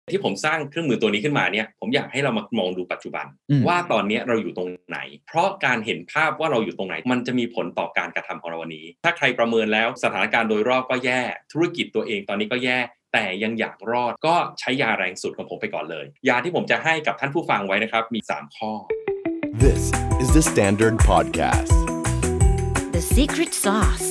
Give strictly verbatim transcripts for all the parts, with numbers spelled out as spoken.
ที่ผมสร้างเครื่องมือตัวนี้ขึ้นมาเนี่ยผมอยากให้เรามามองดูปัจจุบันว่าตอนนี้เราอยู่ตรงไหนเพราะการเห็นภาพว่าเราอยู่ตรงไหนมันจะมีผลต่อการกระทำของเราวันนี้ถ้าใครประเมินแล้วสถานการณ์โดยรอบก็แย่ธุรกิจตัวเองตอนนี้ก็แย่แต่ยังอยากรอดก็ใช้ยาแรงสุดของผมไปก่อนเลยยาที่ผมจะให้กับท่านผู้ฟังไว้นะครับมีสามข้อ This is the Standard Podcast The Secret Sauce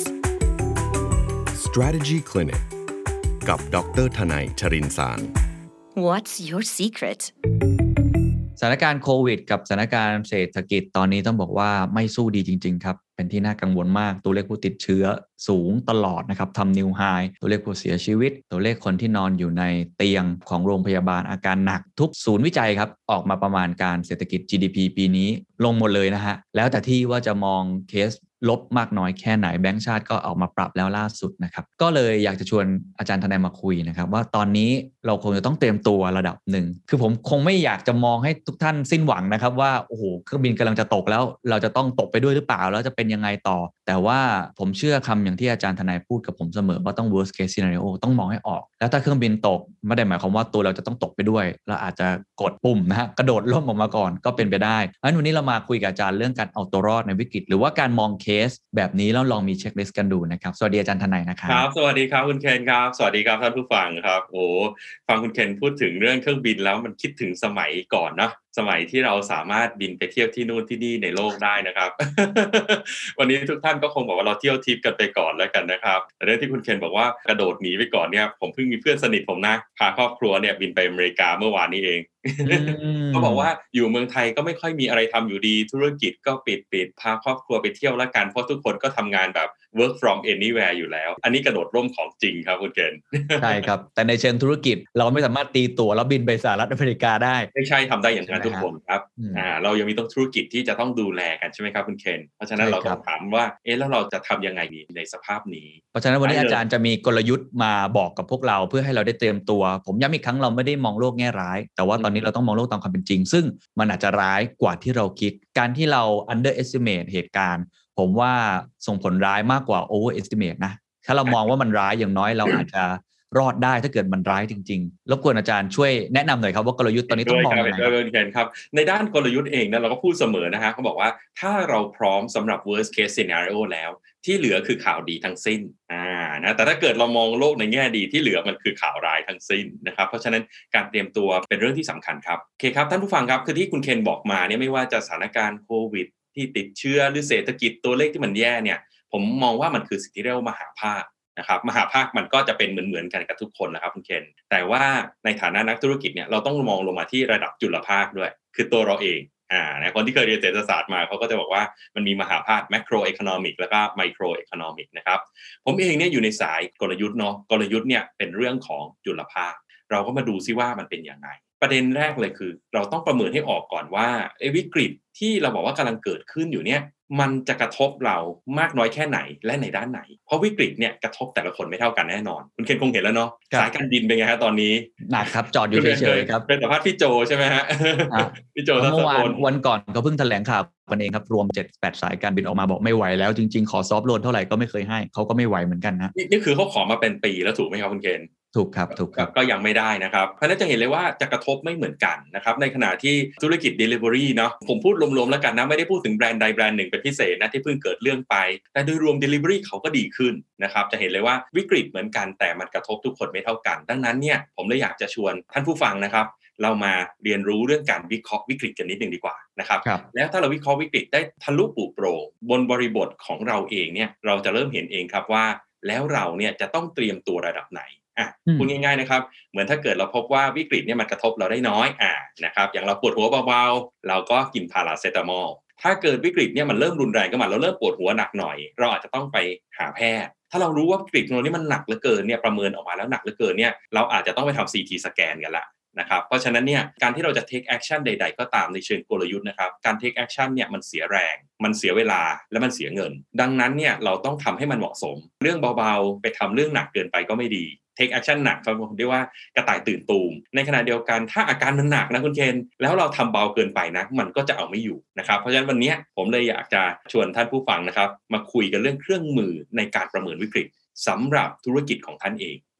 Strategy Clinic กับดร.ทนัย ชรินทร์สาร What's your secret สถานการณ์โควิดกับสถานการณ์เศรษฐกิจตอนนี้ต้องบอกว่าไม่สู้ดีจริงๆครับเป็นที่น่ากังวลมากตัวเลขผู้ติดเชื้อสูงตลอดนะครับทำนิวไฮตัวเลขผู้เสียชีวิตตัวเลขคนที่นอนอยู่ในเตียงของโรงพยาบาลอาการหนักทุกศูนย์วิจัยครับออกมาประมาณการเศรษฐกิจ จี ดี พี ปีนี้ลงหมดเลยนะฮะแล้วแต่ที่ว่าจะมองเคสลบมากน้อยแค่ไหนแบงก์ชาติก็ออกมาปรับแล้วล่าสุดนะครับก็เลยอยากจะชวนอาจารย์ทนายมาคุยนะครับว่าตอนนี้เราคงจะต้องเตรียมตัวระดับหนึ่งคือผมคงไม่อยากจะมองให้ทุกท่านสิ้นหวังนะครับว่าโอ้โหเครื่องบินกำลังจะตกแล้วเราจะต้องตกไปด้วยหรือเปล่าแล้วจะเป็นยังไงต่อแต่ว่าผมเชื่อคำอย่างที่อาจารย์ทนายพูดกับผมเสมอว่าต้อง worst case scenario ต้องมองให้ออกแล้วถ้าเครื่องบินตกไม่ได้หมายความว่าตัวเราจะต้องตกไปด้วยเราอาจจะกดปุ่มนะฮะกระโดดล่มออกมาก่อนก็เป็นไปได้งั้นวันนี้เรามาคุยกับอาจารย์เรื่องการเอาตัวรอดในวิกฤตหรือว่าการมองเคสแบบนี้แล้วลองมีเช็คลิสต์กันดูนะครับสวัสดีอาจารย์ทนายนะครับครับสวัสดีครับคุณเคนครับสวัสดีครับท่านผู้ฟังครับโอ้ฟังคุณเคนพูดถึงเรื่องเครื่องบินแล้วมันคิดถึงสมัยก่อนนะสมัยที่เราสามารถบินไปเที่ยวที่นู่นที่นี่ในโลกได้นะครับ วันนี้ทุกท่านก็คงบอกว่าเราเที่ยวทิปกันไปก่อนแล้วกันนะครับแต่เรื่องที่คุณเคนบอกว่ากระโดดหนีไปก่อนเนี่ยผมเพิ่งมีเพื่อนสนิทผมนะพาครอบครัวเนี่ยบินไปอเมริกาเมื่อวานนี้เอง เขาบอกว่าอยู่เมืองไทยก็ไม่ค่อยมีอะไรทำอยู่ดีธุรกิจก็ปิดปิดพาครอบครัวไปเที่ยวแล้วกันเพราะทุกคนก็ทำงานแบบ work from anywhere อยู่แล้วอันนี้กระโดดร่มของจริงครับคุณเคนใช่ครับแต่ในเชิงธุรกิจเราไม่สามารถตีตั๋วแล้วบินไปสหรัฐอเมริกาได้ไม่ใช่ทำได้อย่างนั้นทุกคนครับอ่าเรายังมีต้องธุรกิจที่จะต้องดูแลกันใช่ไหมครับคุณเคนเพราะฉะนั้นเราต้องถามว่าเอ๊ะแล้วเราจะทำยังไงดีในสภาพนี้เพราะฉะนั้นวันนี้อาจารย์จะมีกลยุทธ์มาบอกกับพวกเราเพื่อให้เราได้เตรียมตัวผมย้ำอีกครั้งเราไม่ได้มองโลกแง่ร้ายแต่ว่าตอนนี้เราต้องมองโลกตามความเป็นจริงซึ่งมันอาจจะร้ายกว่าที่เราคิดการที่เรา underestimate เหตุการณ์ผมว่าส่งผลร้ายมากกว่า overestimate นะถ้าเรามองว่ามันร้ายอย่างน้อยเราอาจจะรอดได้ถ้าเกิดมันร้ายจริงๆรบกวนอาจารย์ช่วยแนะนำหน่อยครับว่ากลยุทธ์ตอนนี้ต้องมองยังไงครับในด้านกลยุทธ์เองนะเราก็พูดเสมอนะฮะเขาบอกว่าถ้าเราพร้อมสำหรับ worst case scenario แล้วที่เหลือคือข่าวดีทั้งสิ้นอ่านะแต่ถ้าเกิดเรามองโลกในแง่ดีที่เหลือมันคือข่าวร้ายทั้งสิ้นนะครับเพราะฉะนั้นการเตรียมตัวเป็นเรื่องที่สำคัญครับโอเคครับท่านผู้ฟังครับคือที่คุณเคนบอกมาเนี่ยไม่ว่าจะสถานการณ์โควิดที่ติดเชื้อหรือเศรษฐกิจตัวเลขที่มันแย่เนี่ยผมมองว่ามันคือสิ่งที่เรียกว่ามหาภาคนะครับมหาภาคมันก็จะเป็นเหมือนๆกันกับทุกคนนะครับคุณเคนแต่ว่าในฐานะนักธุรกิจเนี่ยเราต้องมองลงมาที่ระดับจุลภาคด้วยคือตัวเราเองอ่านะคนที่เคยเรียนเศรษฐศาสตร์มาเขาก็จะบอกว่ามันมีมหาภาค macro economic แล้วก็ micro economic นะครับผมเองเนี่ยอยู่ในสายกลยุทธ์เนาะกลยุทธ์เนี่ยเป็นเรื่องของจุลภาคเราก็มาดูซิว่ามันเป็นยังไงประเด็นแรกเลยคือเราต้องประเมินให้ออกก่อนว่าไอ้วิกฤตที่เราบอกว่ากำลังเกิดขึ้นอยู่เนี่ยมันจะกระทบเรามากน้อยแค่ไหนและในด้านไหนเพราะวิกฤตเนี่ยกระทบแต่ละคนไม่เท่ากันแน่นอนคุณเคนคงเห็นแล้วเนาะสายการบินเป็นไงฮะตอนนี้หนักครับจอดอยู่เฉยๆครับเป็นสัมภาษณ์พี่โจใช่ไหมฮะพี่โจเมื่อวานวันก่อนเขาเพิ่งแถลงข่าวกันเองครับรวม เจ็ดแปด สายการบินออกมาบอกไม่ไหวแล้วจริงๆขอซอฟต์โลนเท่าไหร่ก็ไม่เคยให้เขาก็ไม่ไหวเหมือนกันนะนี่คือเขาขอมาเป็นปีแล้วถูกไหมครับคุณเคนถูกครับถูกครับก็ยังไม่ได้นะครับเพราะฉะนั้นจะเห็นเลยว่าจะกระทบไม่เหมือนกันนะครับในขณะที่ธุรกิจ delivery เนาะผมพูดรวมๆแล้วกันนะไม่ได้พูดถึงแบรนด์ใดแบรนด์หนึ่งเป็นพิเศษนะที่เพิ่งเกิดเรื่องไปแต่โดยรวม delivery เขาก็ดีขึ้นนะครับจะเห็นเลยว่าวิกฤตเหมือนกันแต่มันกระทบทุกคนไม่เท่ากันดังนั้นเนี่ยผมเลยอยากจะชวนท่านผู้ฟังนะครับเรามาเรียนรู้เรื่องการวิเคราะห์วิกฤตกันนิดนึงดีกว่านะครับแล้วถ้าเราวิเคราะห์วิกฤตได้ทะลุปลุกโปร่งบนบริบทของเราเองเนี่ยเราจะเริ่มเห็นเองครับว่าแล้วเราเนี่ยจะต้องเตรียมตัวระดับไหนอ่ะพูดง่ายๆนะครับเหมือนถ้าเกิดเราพบว่าวิกฤตเนี่ยมันกระทบเราได้น้อยอ่านะครับอย่างเราปวดหัวเบาๆเราก็กินพาราเซตามอลถ้าเกิดวิกฤตเนี่ยมันเริ่มรุนแรงขึ้นมาเราเริ่มปวดหัวหนักหน่อยเราอาจจะต้องไปหาแพทย์ถ้าเรารู้ว่าวิกฤตของเรานี่มันหนักเหลือเกินเนี่ยประเมินออกมาแล้วหนักเหลือเกินเนี่ยเราอาจจะต้องไปทำ ซี ที สแกนกันละนะครับเพราะฉะนั้นเนี่ยการที่เราจะ take action ใดๆก็ตามในเชิงกลยุทธ์นะครับการ take action เนี่ยมันเสียแรงมันเสียเวลาและมันเสียเงินดังนั้นเนี่ยเราต้องทำให้มันเหมาะสมเรื่องเบาๆไปทำเรื่องหนักเกินไปก็ไม่ดี take action หนักเขาเรียกว่ากระต่ายตื่นตูมในขณะเดียวกันถ้าอาการมันหนักนะคุณเคนแล้วเราทำเบาเกินไปนะมันก็จะเอาไม่อยู่นะครับเพราะฉะนั้นวันนี้ผมเลยอยากจะชวนท่านผู้ฟังนะครับมาคุยกันเรื่องเครื่องมือในการประเมินวิกฤตสำหรับธุรกิจของท่านเอง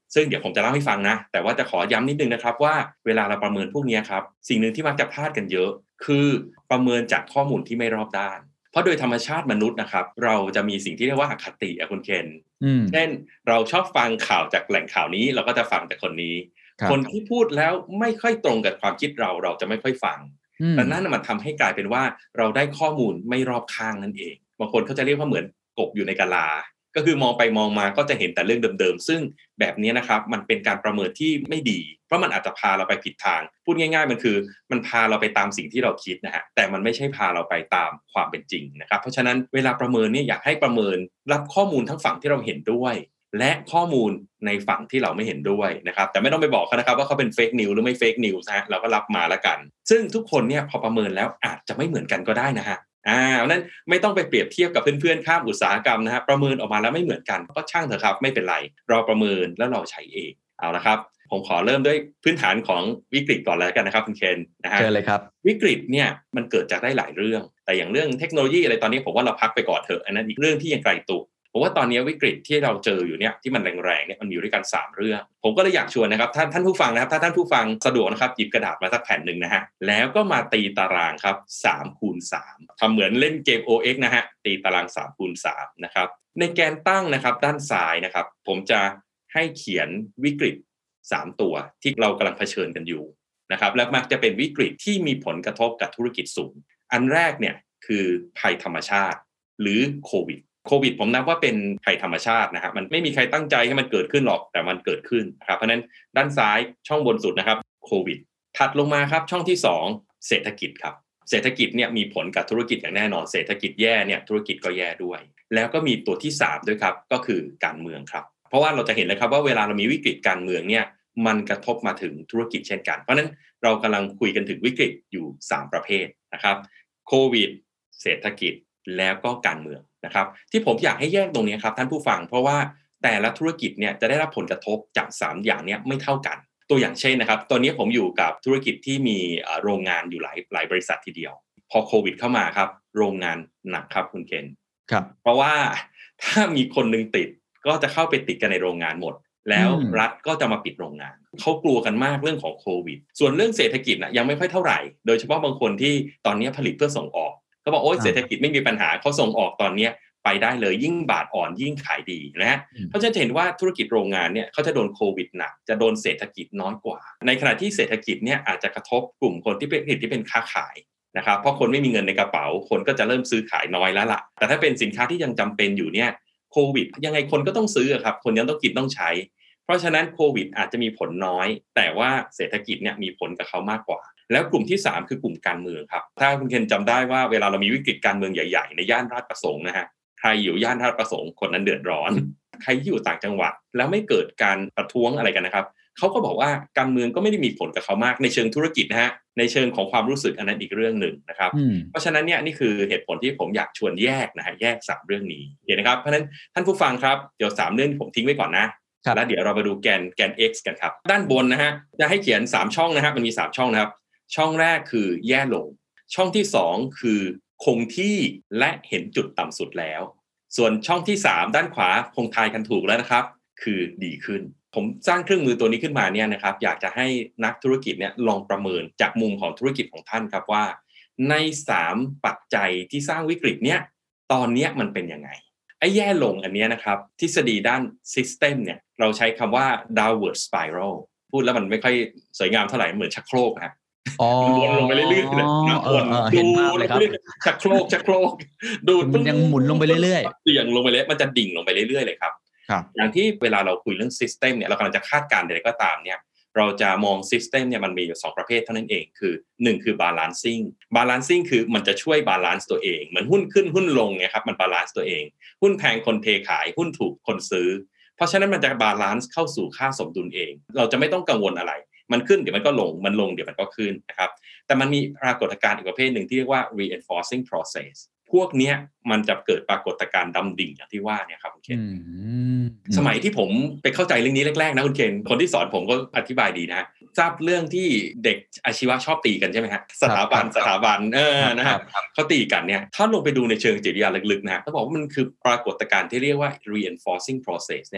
ซึ่งเดี๋ยวผมจะเล่าให้ฟังนะแต่ว่าจะขอย้ำนิดนึงนะครับว่าเวลาเราประเมินพวกนี้ครับสิ่งหนึ่งที่มักจะพลาดกันเยอะคือประเมินจากข้อมูลที่ไม่รอบด้านเพราะโดยธรรมชาติมนุษย์นะครับเราจะมีสิ่งที่เรียกว่าอคติอะคุณเคนเช่นเราชอบฟังข่าวจากแหล่งข่าวนี้เราก็จะฟังจากคนนี้คนที่พูดแล้วไม่ค่อยตรงกับความคิดเราเราจะไม่ค่อยฟังแต่นั่นมันทำให้กลายเป็นว่าเราได้ข้อมูลไม่รอบข้างนั่นเองบางคนเขาจะเรียกว่าเหมือนกบอยู่ในกะลาก็คือมองไปมองมาก็จะเห็นแต่เรื่องเดิมๆซึ่งแบบนี้นะครับมันเป็นการประเมินที่ไม่ดีเพราะมันอาจจะพาเราไปผิดทางพูดง่ายๆมันคือมันพาเราไปตามสิ่งที่เราคิดนะฮะแต่มันไม่ใช่พาเราไปตามความเป็นจริงนะครับเพราะฉะนั้นเวลาประเมินเนี่ยอยากให้ประเมินรับข้อมูลทั้งฝั่งที่เราเห็นด้วยและข้อมูลในฝั่งที่เราไม่เห็นด้วยนะครับแต่ไม่ต้องไปบอกเขานะครับว่าเขาเป็นเฟกนิวหรือไม่เฟกนิวส์ฮะเราก็รับมาแล้วกันซึ่งทุกคนเนี่ยพอประเมินแล้วอาจจะไม่เหมือนกันก็ได้นะฮะอ่าเพราะนั้นไม่ต้องไปเปรียบเทียบกับเพื่อนๆข้ามอุตสาหกรรมนะฮะประเมินออกมาแล้วไม่เหมือนกันก็ช่างเถอะครับไม่เป็นไรเราประเมินแล้วเราใช้เองเอาละครับผมขอเริ่มด้วยพื้นฐานของวิกฤตก่อนแล้วกันนะครับคุณเคนนะฮะเชิญเลยครับวิกฤตเนี่ยมันเกิดจากได้หลายเรื่องแต่อย่างเรื่องเทคโนโลยีอะไรตอนนี้ผมว่าเราพักไปก่อนเถอะอันนั้นอีกเรื่องที่ยังไกลตัวผมว่าตอนนี้วิกฤตที่เราเจออยู่เนี่ยที่มันแรงๆเนี่ยมันมีอยู่ด้วยกันสามเรื่องผมก็เลยอยากชวนนะครับท่านท่านผู้ฟังนะครับถ้าท่านผู้ฟังสะดวกนะครับหยิบกระดาษมาสักแผ่นนึงนะฮะแล้วก็มาตีตารางครับสามคูณสามทำเหมือนเล่นเกม โอ เอ็กซ์ นะฮะตีตารางสามคูณสามนะครับในแกนตั้งนะครับด้านซ้ายนะครับผมจะให้เขียนวิกฤตสามตัวที่เรากำลังเผชิญกันอยู่นะครับและมักจะเป็นวิกฤตที่มีผลกระทบกับธุรกิจสูงอันแรกเนี่ยคือภัยธรรมชาติหรือโควิดโควิดผมนับว่าเป็นภัยธรรมชาตินะฮะมันไม่มีใครตั้งใจให้มันเกิดขึ้นหรอกแต่มันเกิดขึ้นนะครับเพราะฉะนั้นด้านซ้ายช่องบนสุดนะครับโควิดถัดลงมาครับช่องที่สองเศรษฐกิจครับเศรษฐกิจเนี่ยมีผลกับธุรกิจอย่างแน่นอนเศรษฐกิจแย่เนี่ยธุรกิจก็แย่ด้วยแล้วก็มีตัวที่สามด้วยครับก็คือการเมืองครับเพราะว่าเราจะเห็นเลยครับว่าเวลาเรามีวิกฤตการเมืองเนี่ยมันกระทบมาถึงธุรกิจเช่นกันเพราะฉะนั้นเรากำลังคุยกันถึงวิกฤตอยู่สามประเภทนะครับโควิดเศรษฐกิจแล้วก็การเมืองนะครับที่ผมอยากให้แยกตรงนี้ครับท่านผู้ฟังเพราะว่าแต่ละธุรกิจเนี่ยจะได้รับผลกระทบจากสามอย่างนี้ไม่เท่ากันตัวอย่างเช่นนะครับตอนนี้ผมอยู่กับธุรกิจที่มีโรงงานอยู่หลายหลายบริษัททีเดียวพอโควิดเข้ามาครับโรงงานหนักครับคุณเคนครับเพราะว่าถ้ามีคนนึงติดก็จะเข้าไปติดกันในโรงงานหมดแล้วรัฐก็จะมาปิดโรงงานเขากลัวกันมากเรื่องของโควิดส่วนเรื่องเศรษฐกิจนะยังไม่ค่อยเท่าไหร่โดยเฉพาะบางคนที่ตอนนี้ผลิตเพื่อส่งออกเขาบอกโอ๊ยเศรษฐกิจไม่มีปัญหาเขาส่งออกตอนนี้ไปได้เลยยิ่งบาทอ่อนยิ่งขายดีนะฮะเพราะฉะนั้นจะเห็นว่าธุรกิจโรงงานเนี่ยเขาจะโดนโควิดหนักจะโดนเศรษฐกิจน้อยกว่าในขณะที่เศรษฐกิจเนี่ยอาจจะกระทบกลุ่มคนที่เป็นที่เป็นค้าขายนะครับเพราะคนไม่มีเงินในกระเป๋าคนก็จะเริ่มซื้อขายน้อยแล้วล่ะแต่ถ้าเป็นสินค้าที่ยังจำเป็นอยู่เนี่ยโควิดยังไงคนก็ต้องซื้อครับคนยังต้องกินต้องใช้เพราะฉะนั้นโควิดอาจจะมีผลน้อยแต่ว่าเศรษฐกิจเนี่ยมีผลกับเขามากกว่าแล้วกลุ่มที่สามคือกลุ่มการเมืองครับถ้าคุณเคนจำได้ว่าเวลาเรามีวิกฤตการเมืองใหญ่ๆในย่านราชประสงค์นะฮะใครอยู่ย่านราชประสงค์คนนั้นเดือดร้อนใครที่อยู่ต่างจังหวัดแล้วไม่เกิดการประท้วงอะไรกันนะครับเขาก็บอกว่าการเมืองก็ไม่ได้มีผลกับเขามากในเชิงธุรกิจนะฮะในเชิงของความรู้สึกอันนั้นอีกเรื่องหนึ่งนะครับเพราะฉะนั้นเนี่ยนี่คือเหตุผลที่ผมอยากชวนแยกนะฮะแยกสามเรื่องนี้เห็นนะครับเพราะฉะนั้นท่านผู้ฟังครับเดี๋ยวสามเรื่องผมทิ้งไว้ก่อนนะแล้วเดี๋ยวเรามาดูแกนแกน X กันครับด้านบนนะฮะจะให้เขียนสามช่องนะครับมันมีสามช่องนะครับช่องแรกคือแย่ลงช่องที่สองคือคงที่และเห็นจุดต่ำสุดแล้วส่วนช่องที่สามด้านขวาคงทายกันถูกแล้วนะครับคือดีขึ้นผมสร้างเครื่องมือตัวนี้ขึ้นมาเนี่ยนะครับอยากจะให้นักธุรกิจเนี่ยลองประเมินจากมุมของธุรกิจของท่านครับว่าในสามปัจจัยที่สร้างวิกฤตเนี่ยตอนนี้มันเป็นยังไงไอ้แย่ลงอันนี้นะครับทฤษฎีด้าน system เนี่ยเราใช้คำว่า downward spiral พูดแล้วมันไม่ค่อยสวยงามเท่าไหร่เหมือนชักโครกฮะวนลงไปเรื่อยๆเลยนะวนดูชักโครกชักโครกดูมันยังหมุนลงไปเรื่อยๆเสี่ยงลงไปเรื่อยมันจะดิ่งลงไปเรื่อยๆเลยครับอย่างที่เวลาเราคุยเรื่อง system เนี่ยเรากำลังจะคาดการณ์อะไรก็ตามเนี่ยเราจะมอง system เนี่ยมันมีอยู่สองประเภทเท่านั้นเองคือหนึ่งคือ balancing balancing คือมันจะช่วย balance ตัวเองเหมือนหุ้นขึ้นหุ้นลงเนี่ยครับมัน balance ตัวเองหุ้นแพงคนเทขายหุ้นถูกคนซื้อเพราะฉะนั้นมันจะ balance เข้าสู่ค่าสมดุลเองเราจะไม่ต้องกังวลอะไรมันขึ้นเดี๋ยวมันก็ลงมันลงเดี๋ยวมันก็ขึ้นนะครับแต่มันมีปรากฏการณ์อีกประเภทหนึ่งที่เรียกว่า reinforcing process พวกเนี้ยมันจะเกิดปรากฏการณ์ดำดิ่งอย่างที่ว่าเนี่ยครับคุณเคนสมัยที่ผมไปเข้าใจเรื่องนี้แรกๆนะคุณเคนคนที่สอนผมก็อธิบายดีนะทราบเรื่องที่เด็กอาชีวะชอบตีกันใช่ไหมฮะสถาบันสถาบันเออนะฮะเขาตีกันเนี่ยถ้าลงไปดูในเชิงจิตวิทยาลึกๆนะฮะเขาบอกว่ามันคือปรากฏการณ์ที่เรียกว่า reinforcing process เนี่ยครับ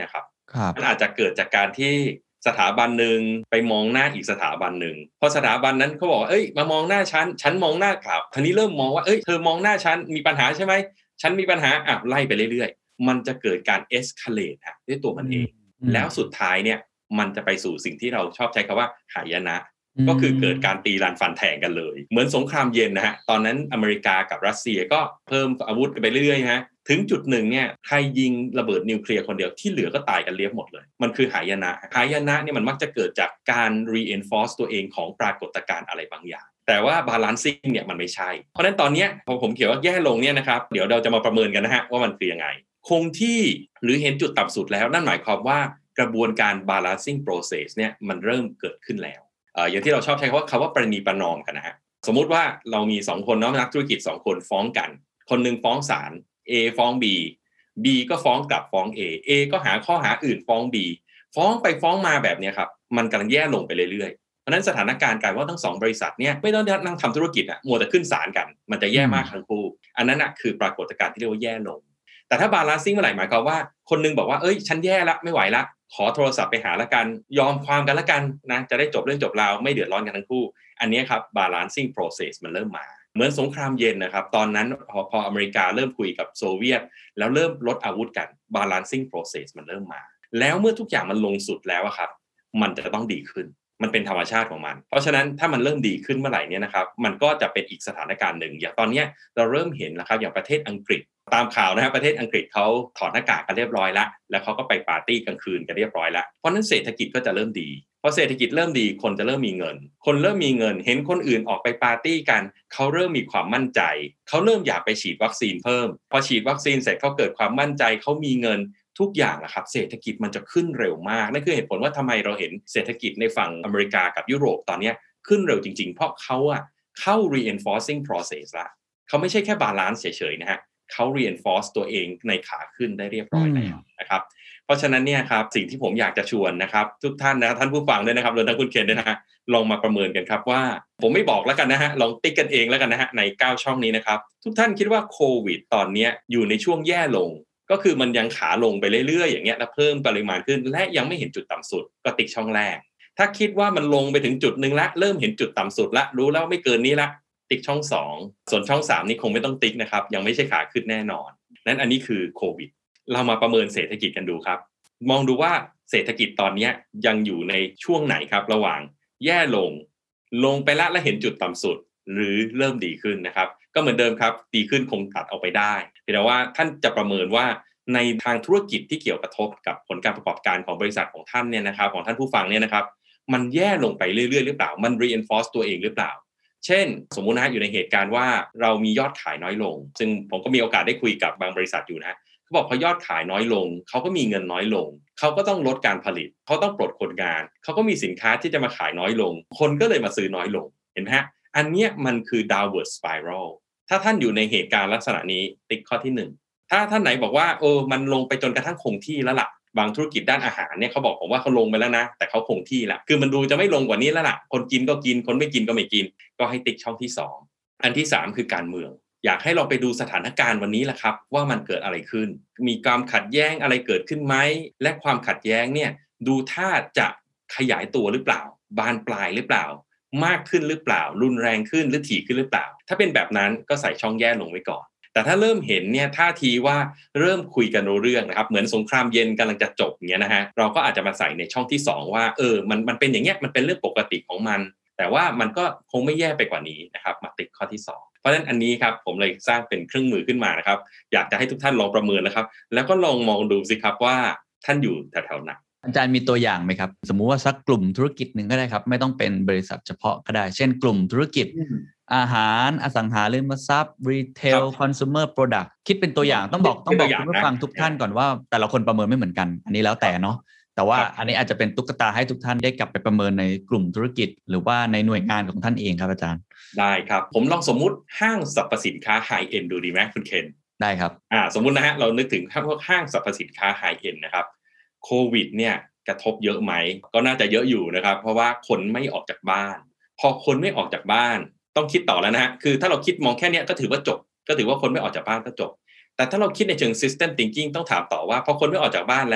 มันอาจจะเกิดจากการที่สถาบันหนึ่งไปมองหน้าอีกสถาบันหนึ่งพอสถาบันนั้นเขาบอกเอ้ยมามองหน้าฉันฉันมองหน้ากลับทีนี้เริ่มมองว่าเอ้ยเธอมองหน้าฉันมีปัญหาใช่ไหมฉันมีปัญหาอ่ะไล่ไปเรื่อยๆมันจะเกิดการ escalate ฮะด้วยตัวมันเองแล้วสุดท้ายเนี่ยมันจะไปสู่สิ่งที่เราชอบใช้คำว่าหายนะก็คือเกิดการตีรันฟันแทงกันเลยเหมือนสงครามเย็นนะฮะตอนนั้นอเมริกากับรัสเซียก็เพิ่มอาวุธกันไปเรื่อยๆฮะถึงจุดหนึ่งเนี่ยใครยิงระเบิดนิวเคลียร์คนเดียวที่เหลือก็ตายกันเรียบหมดเลยมันคือหายนะหายนะเนี่ยมันมักจะเกิดจากการ reinforce ตัวเองของปรากฏการณ์อะไรบางอย่างแต่ว่า balancing เนี่ยมันไม่ใช่เพราะฉะนั้นตอนนี้พอผมเขียนว่าแย่ลงเนี่ยนะครับเดี๋ยวเราจะมาประเมินกันนะฮะว่ามันคือยังไงคงที่หรือเห็นจุดต่ำสุดแล้วนั่นหมายความว่ากระบวนการ balancing process เนี่ยมันเริ่มเกิดขึ้นแล้วเอ่ออย่างที่เราชอบใช้คำว่าคำว่าประนีประนอมกันนะฮะสมมุติว่าเรามีสองคนเนาะนักธุรกิจสองคนฟ้องกันคนนึงฟ้องศาล A ฟ้อง B B ก็ฟ้องกลับฟ้อง A A ก็หาข้อหาอื่นฟ้อง B ฟ้องไปฟ้องมาแบบนี้ครับมันกำลังแย่ลงไปเรื่อยๆเพราะนั้นสถานการณ์กลายว่าทั้งสองบริษัทเนี่ยไม่ต้องนั่งทำธุรกิจอ่ะมัวแต่ขึ้นศาลกันมันจะแย่มากทั้งคู่อันนั้นน่ะคือปรากฏการณ์ที่เรียกว่าแย่ลงแต่ถ้า balancing เมื่อไหร่หมายความว่าคนนึงบอกว่าเอ้ยฉันแย่ละไม่ไหวละขอโทรศัพท์ไปหาละกันยอมความกันละกันนะจะได้จบเรื่องจบราวไม่เดือดร้อนกันทั้งคู่อันนี้ครับ balancing process มันเริ่มมาเหมือนสงครามเย็นนะครับตอนนั้นพอพออเมริกาเริ่มคุยกับโซเวียตแล้วเริ่มลดอาวุธกัน balancing process มันเริ่มมาแล้วเมื่อทุกอย่างมันลงสุดแล้วครับมันจะต้องดีขึ้นมันเป็นธรรมชาติของมันเพราะฉะนั้นถ้ามันเริ่มดีขึ้นเมื่อไหร่เนี่ยนะครับมันก็จะเป็นอีกสถานการณ์หนึ่งอย่างตอนนี้เราเริ่มเห็นแล้วครับอย่างประเทศอังกฤษตามข่าวนะครับประเทศอังกฤษเขาถอดหน้ากากกันเรียบร้อยแล้วแล้วเขาก็ไปปาร์ตี้กลางคืนกันเรียบร้อยแล้วเพราะนั้นเศรษฐกิจก็จะเริ่มดีพอเศรษฐกิจเริ่มดีคนจะเริ่มมีเงินคนเริ่มมีเงินเห็นคนอื่นออกไปปาร์ตี้กันเขาเริ่มมีความมั่นใจเขาเริ่มอยากไปฉีดวัคซีนเพิ่มพอฉีดวัคซีนเสร็จเขาเกิดความมั่นใจเขามีเงินทุกอย่างนะครับเศรษฐกิจมันจะขึ้นเร็วมากนั่นคือเหตุผลว่าทำไมเราเห็นเศรษฐกิจในฝั่งอเมริกากับยุโรปตอนนี้ขึ้นเร็วจริงๆเพราะเขาอะเข้า reinforcing process ละเขาไม่ใช่แค่ balance เฉยๆนะฮะเขา reinforce ตัวเองในขาขึ้นได้เรียบร้อยแล้วนะครับเพราะฉะนั้นเนี่ยครับสิ่งที่ผมอยากจะชวนนะครับทุกท่านนะท่านผู้ฟังด้วยนะครับรวมทั้งคุณเคนด้วยนะฮะลองมาประเมินกันครับว่าผมไม่บอกแล้วกันนะฮะลองติ๊กกันเองแล้วกันนะฮะในเก้าช่องนี้นะครับทุกท่านคิดว่าโควิดตอนนี้อยู่ในช่วงแย่ลงก็คือมันยังขาลงไปเรื่อยๆอย่างเงี้ยแล้วเพิ่มปริมาณขึ้นและยังไม่เห็นจุดต่ำสุดก็ติ๊กช่องแรกถ้าคิดว่ามันลงไปถึงจุดนึงละเริ่มเห็นจุดต่ำสุดละรู้แล้วไม่เกินนี้ละติ๊กช่องสองส่วนช่องสามนี่คงไม่ต้องติ๊กนะครับยังไม่ใช่ขาขึ้นแน่นอนนั้นอันนี้คือโควิดเรามาประเมินเศรษฐกิจกันดูครับมองดูว่าเศรษฐกิจตอนนี้ยังอยู่ในช่วงไหนครับระหว่างแย่ลงลงไปละและเห็นจุดต่ำสุดหรือเริ่มดีขึ้นนะครับก็เหมือนเดิมครับดีขึ้นคงตัดออกไปได้แต่ว่าท่านจะประเมินว่าในทางธุรกิจที่เกี่ยวกระทบกับผลการประกอบการของบริษัทของท่านเนี่ยนะครับของท่านผู้ฟังเนี่ยนะครับมันแย่ลงไปเรื่อยๆหรือเปล่ามัน reinforce ตัวเองหรือเปล่าเช่นสมมุตินะอยู่ในเหตุการณ์ว่าเรามียอดขายน้อยลงซึ่งผมก็มีโอกาสได้คุยกับบางบริษัทอยู่นะเขาบอกพอยอดขายน้อยลงเขาก็มีเงินน้อยลงเขาก็ต้องลดการผลิตเขาต้องปลดคนงานเขาก็มีสินค้าที่จะมาขายน้อยลงคนก็เลยมาซื้อน้อยลงเห็นไหมฮะอันเนี้ยมันคือ downward spiral ถ้าท่านอยู่ในเหตุการณ์ลักษณะนี้ติ๊กข้อที่หนึ่งถ้าท่านไหนบอกว่าเออมันลงไปจนกระทั่งคงที่แล้วล่ะบางธุรกิจด้านอาหารเนี่ยเขาบอกผมว่าเขาลงไปแล้วนะแต่เขาคงที่ละคือมันดูจะไม่ลงกว่านี้แล้วล่ะคนกินก็กินคนไม่กินก็ไม่กินก็ให้ติ๊กช่องที่สองอันที่สามคือการเมืองอยากให้เราไปดูสถานการณ์วันนี้แหละครับว่ามันเกิดอะไรขึ้นมีความขัดแย้งอะไรเกิดขึ้นไหมและความขัดแย้งเนี่ยดูท่าจะขยายตัวหรือเปล่าบานปลายหรือเปล่ามากขึ้นหรือเปล่ารุนแรงขึ้นหรือถี่ขึ้นหรือเปล่าถ้าเป็นแบบนั้นก็ใส่ช่องแย่ลงไว้ก่อนแต่ถ้าเริ่มเห็นเนี่ยท่าทีว่าเริ่มคุยกันรู้เรื่องนะครับเหมือนสงครามเย็นกำลังจะจบอย่างเงี้ยนะฮะเราก็อาจจะมาใส่ในช่องที่สองว่าเออมันมันเป็นอย่างเงี้ยมันเป็นเรื่องปกติของมันแต่ว่ามันก็คงไม่แย่ไปกว่านี้นะครับมาติดข้อที่สองเพราะฉะนั้นอันนี้ครับผมเลยสร้างเป็นเครื่องมือขึ้นมานะครับอยากจะให้ทุกท่านลองประเมินนะครับแล้วก็ลองมองดูสิครับว่าท่านอยู่แถวๆไหนอาจารย์มีตัวอย่างไหมครับสมมุติว่าสักกลุ่มธุรกิจหนึ่งก็ได้ครับไม่ต้องเป็นบริษัทเฉพาะก็ได้เช่นกลุ่มธุรกิจอาหารอสังหาริมทรัพย์รีเทลคอนซูเมอร์โปรดักต์คิดเป็นตัวอย่างต้องบอกต้องบอกคุณผู้ฟังทุกท่านก่อนว่าแต่ละคนประเมินไม่เหมือนกันอันนี้แล้วแต่เนาะแต่ว่าอันนี้อาจจะเป็นตุ๊กตาให้ทุกท่านได้กลับไปประเมินในกลุ่มธุรกิจหรือว่าในหน่วยงานของท่านเองครับอาจารย์ได้ครับผมลองสมมุติห้างสรรพสินค้าไฮเอ็นดูดีไหมคุณเคนได้ครับอ่าสมมุตินะฮะเรานึกถึงพวกห้างสรรพสินค้าไฮเอ็นนะครับโควิดเนี่ยกระทบเยอะไหมก็น่าจะเยอะอยู่นะครับเพราะว่าคนไม่ออกจากบ้านพอคนไม่ออกจากบ้านต้องคิดต่อแล้วนะฮะคือถ้าเราคิดมองแค่นี้ก็ถือว่าจบก็ถือว่าคนไม่ออกจากบ้านก็จบแต่ถ้าเราคิดในเชิง system thinking ต้องถามต่อว่าพอคนไม่ออกจากบ้านแล้ว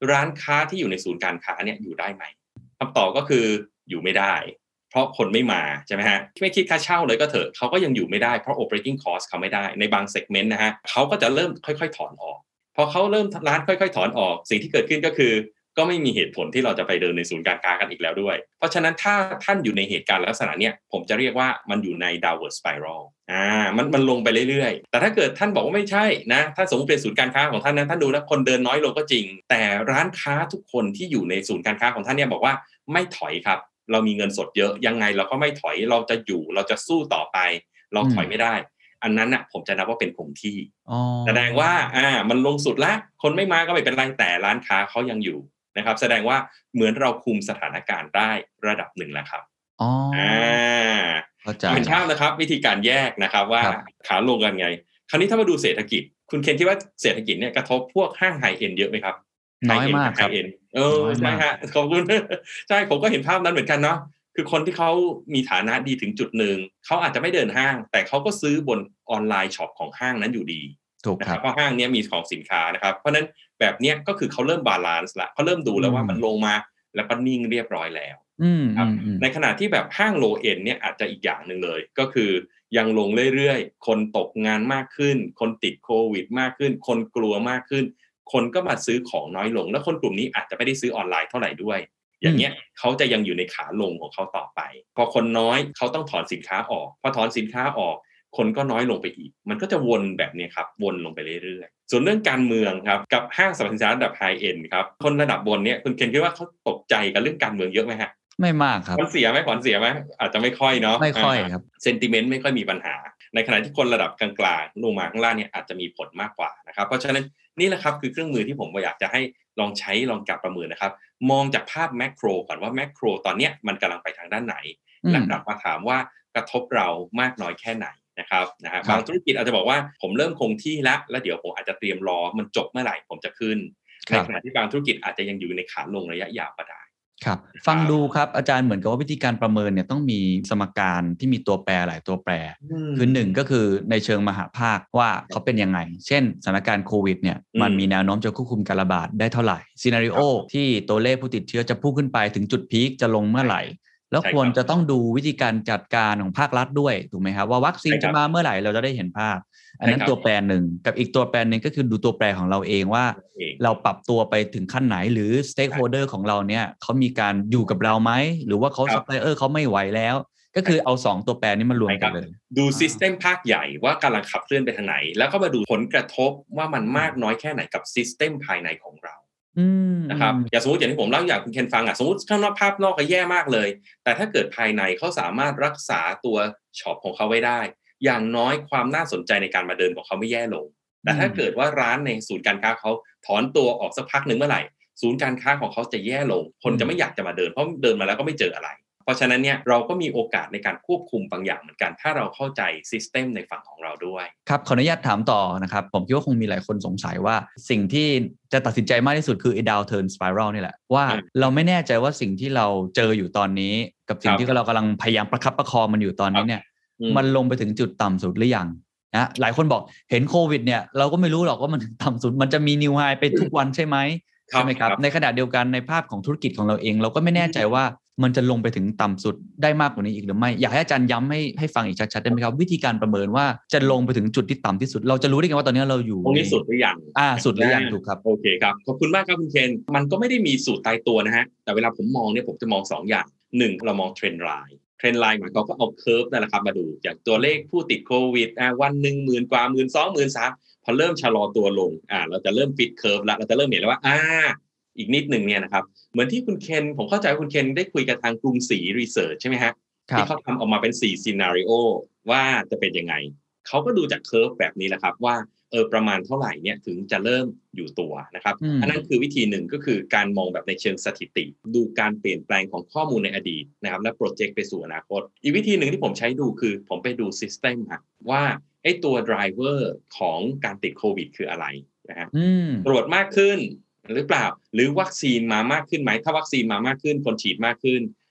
ร้านค้าที่อยู่ในศูนย์การค้าเนี่ยอยู่ได้ไหมคำตอบก็คืออยู่ไม่ได้เพราะคนไม่มาใช่ไหมฮะไม่คิดค่าเช่าเลยก็เถอะเขาก็ยังอยู่ไม่ได้เพราะ operating cost เขาไม่ได้ในบาง segment นะฮะเขาก็จะเริ่มค่อยๆถอนออกพอเขาเริ่มร้านค่อยๆถอนออกสิ่งที่เกิดขึ้นก็คือก็ไม่มีเหตุผลที่เราจะไปเดินในศูนย์การค้ากันอีกแล้วด้วยเพราะฉะนั้นถ้าท่านอยู่ในเหตุการณ์ลักษณะเนี้ยผมจะเรียกว่ามันอยู่ใน downward spiral อ่ามันมันลงไปเรื่อยๆแต่ถ้าเกิดท่านบอกว่าไม่ใช่นะถ้าสมมติเป็นศูนย์การค้าของท่านนะท่านดูแล้วคนเดินน้อยลงก็จริงแต่ร้านค้าทุกคนที่อยู่ในศูนย์การค้าของท่านเนี่ยบอกว่าไม่ถอยครับเรามีเงินสดเยอะยังไงเราก็ไม่ถอยเราจะอยู่เราจะสู้ต่อไปเราถอยไม่ได้อันนั้นน่ะผมจะนับว่าเป็นคงที่แสดงว่าอ่ามันลงสุดแล้วคนไม่มาก็ไม่เป็นไรแต่ร้านค้าเขายังอยู่นะครับแสดงว่าเหมือนเราคุมสถานการณ์ได้ระดับหนึ่งแล้วครับอ๋ออ่าเข้าใจเป็นภาพนะครับวิธีการแยกนะครับว่าขาลงกันไงคราวนี้ถ้ามาดูเศรษฐกิจคุณเคนคิดว่าเศรษฐกิจเนี่ยกระทบพวกห้างไฮเอ็นเยอะไหมครับน้อยมากครับเออใช่ฮะขอบคุณใช่ผมก็เห็นภาพนั้นเหมือนกันเนาะคือคนที่เขามีฐานะดีถึงจุดหนึ่งเขาอาจจะไม่เดินห้างแต่เขาก็ซื้อบนออนไลน์ช็อปของห้างนั้นอยู่ดีถูกครับเพราะห้างนี้มีของสินค้านะครับเพราะนั้นแบบนี้ก็คือเขาเริ่มบาลานซ์ละเขาเริ่มดูแล้วว่ามันลงมาแล้วก็นิ่งเรียบร้อยแล้วครับในขณะที่แบบห้างโลเอ็นเนี่ยอาจจะอีกอย่างหนึ่งเลยก็คือยังลงเรื่อยๆคนตกงานมากขึ้นคนติดโควิดมากขึ้นคนกลัวมากขึ้นคนก็มาซื้อของน้อยลงแล้วคนกลุ่มนี้อาจจะไม่ได้ซื้อออนไลน์เท่าไหร่ด้วยอย่างเงี้ยเขาจะยังอยู่ในขาลงของเขาต่อไปพอคนน้อยเขาต้องถอนสินค้าออกพอถอนสินค้าออกคนก็น้อยลงไปอีกมันก็จะวนแบบนี้ครับวนลงไปเรื่อยๆส่วนเรื่องการเมืองครับกับห้างสรรพสินค้าระดับไฮเอ็นด์ครับคนระดับบนเนี่ยคุณเคนคิดว่าเขาตกใจกับเรื่องการเมืองเยอะไหมฮะไม่มากครับผลเสียไหมผลเสียไหมอาจจะไม่ค่อยเนาะไม่ค่อยครับเซนติเมนต์ไม่ค่อยมีปัญหาในขณะที่คนระดับกลางๆลงมาข้างล่างเนี่ยอาจจะมีผลมากกว่านะครับเพราะฉะนั้นนี่แหละครับคือเครื่องมือที่ผมอยากจะให้ลองใช้ลองกลับประเมินนะครับมองจากภาพแมกโครก่อนว่าแมกโครตอนนี้มันกำลังไปทางด้านไหนและกลับมาถามว่ากระทบเรามากน้อยแค่ไหนนะครับนะฮะบางธุรกิจอาจจะบอกว่าผมเริ่มคงที่แล้วแล้วเดี๋ยวผมอาจจะเตรียมรอมันจบเมื่อไหร่ผมจะขึ้นในขณะที่บางธุรกิจอาจจะยังอยู่ในขาลงระยะยาวก็ได้ครับฟังดูครับอาจารย์เหมือนกับว่าวิธีการประเมินเนี่ยต้องมีสมการที่มีตัวแปรหลายตัวแปรคือหนึ่งก็คือในเชิงมหาภาคว่าเขาเป็นยังไงเช่นสถานการณ์โควิดเนี่ยมันมีแนวโน้มจะควบคุมการระบาดได้เท่าไหร่ซีนาริโอที่ตัวเลขผู้ติดเชื้อจะพุ่งขึ้นไปถึงจุดพีคจะลงเมื่อไหร่แล้วควรจะต้องดูวิธีการจัดการของภาครัฐด้วยถูกไหมครับว่าวัคซีนจะมาเมื่อไหร่เราจะได้เห็นภาพอันนั้นตัวแปรหนึ่งกับอีกตัวแปรหนึ่งก็คือดูตัวแปรของเราเองว่าเราปรับตัวไปถึงขั้นไหนหรือ stakeholder ของเราเนี่ยเขามีการอยู่กับเราไหมหรือว่าเขา supplier เขาไม่ไหวแล้วก็คือเอาสองตัวแปรนี้มารวมกันเลยดู system ภาคใหญ่ว่ากำลังขับเคลื่อนไปทางไหนแล้วก็มาดูผลกระทบว่ามันมากน้อยแค่ไหนกับ system ภายในของเรานะครับอย่างสมมติอย่างที่ผมเล่าอย่างคุณเคนฟังอ่ะสมมติข้างนอกภาพนอกก็แย่มากเลยแต่ถ้าเกิดภายในเขาสามารถรักษาตัวช็อปของเขาไว้ได้อย่างน้อยความน่าสนใจในการมาเดินของเขาไม่แย่ลงแต่ถ้าเกิดว่าร้านในศูนย์การค้าเขาถอนตัวออกสักพักหนึ่งเมื่อไหร่ศูนย์การค้าของเขาจะแย่ลงคนจะไม่อยากจะมาเดินเพราะเดินมาแล้วก็ไม่เจออะไรเพราะฉะนั้นเนี่ยเราก็มีโอกาสในการควบคุมบางอย่างเหมือนกันถ้าเราเข้าใจซิสเต็มในฝั่งของเราด้วยครับขออนุญาตถามต่อนะครับผมคิดว่าคงมีหลายคนสงสัยว่าสิ่งที่จะตัดสินใจมากที่สุดคือไอ้ downturn spiral นี่แหละว่าเราไม่แน่ใจว่าสิ่งที่เราเจออยู่ตอนนี้กับสิ่งที่เรากำลังพยายามประคับประคองมันอยู่ตอนนี้เนี่ยมันลงไปถึงจุดต่ำสุดหรือยังนะหลายคนบอกเห็นโควิดเนี่ยเราก็ไม่รู้หรอกว่ามันถึงต่ำสุดมันจะมี new high ไปทุกวันใช่ไหมใช่ไหมครับในขณะเดียวกันในภาพของธุรกิจของเราเองเราก็ไม่แน่ใจว่ามันจะลงไปถึงต่ำสุดได้มากกว่านี้อีกหรือไม่อยากให้อาจารย์ย้ำให้ให้ฟังอีกชัดๆได้ไหมครับวิธีการประเมินว่าจะลงไปถึงจุดที่ต่ำที่สุดเราจะรู้ได้ไงว่าตอนนี้เราอยู่ตรงนี้สุดหรือยังอ่าสุดหรือยังถูกครับโอเคครับขอบคุณมากครับคุณเคนมันก็ไม่ได้มีสูตรตายตัวนะฮะแต่เวลาผมมองเนี่ยผมจะมองสองอย่างหนึ่งเรามองเทรนด์ไลน์เทรนด์ไลน์หมายความก็เอาเคอร์ฟนั่นแหละครับมาดูจากตัวเลขผู้ติดโควิดอ่าวันหนึ่งหมื่นกว่าหมื่นสองหมื่นสามพอเริ่มชะลอตัวลงอ่าเราจะเริ่มฟิตเคอร์ฟแล้วเราจะเริ่มเห็นแล้วว่าอ่าอีกนิดหนึ่งเนี่ยนะครับเหมือนที่คุณเคนผมเข้าใจว่าคุณเคนได้คุยกับทางกรุงศรีรีเสิร์ชใช่ไหมฮะที่เขาทำออกมาเป็นสี่ซีนาริโอว่าจะเป็นยังไงเขาก็ดูจากเคอร์ฟแบบนี้แหละครับว่าเออประมาณเท่าไหร่เนี่ยถึงจะเริ่มอยู่ตัวนะครับอันนั้นคือวิธีหนึ่งก็คือการมองแบบในเชิงสถิติดูการเปลี่ยนแปลงของข้อมูลในอดีตนะครับและโปรเจกต์ไปสู่อนาคตอีกวิธีหนึ่งที่ผมใช้ดูคือผมไปดูซิสเต็มครับว่าไอ้ตัวไดรเวอร์ของการติดโควิดคืออะไรนะฮะตรวจมากขึ้นหรือเปล่าหรือวัคซีนมามากขึ้นไหมถ้าวัคซีนมามากขึ้นคนฉีดมากขึ้น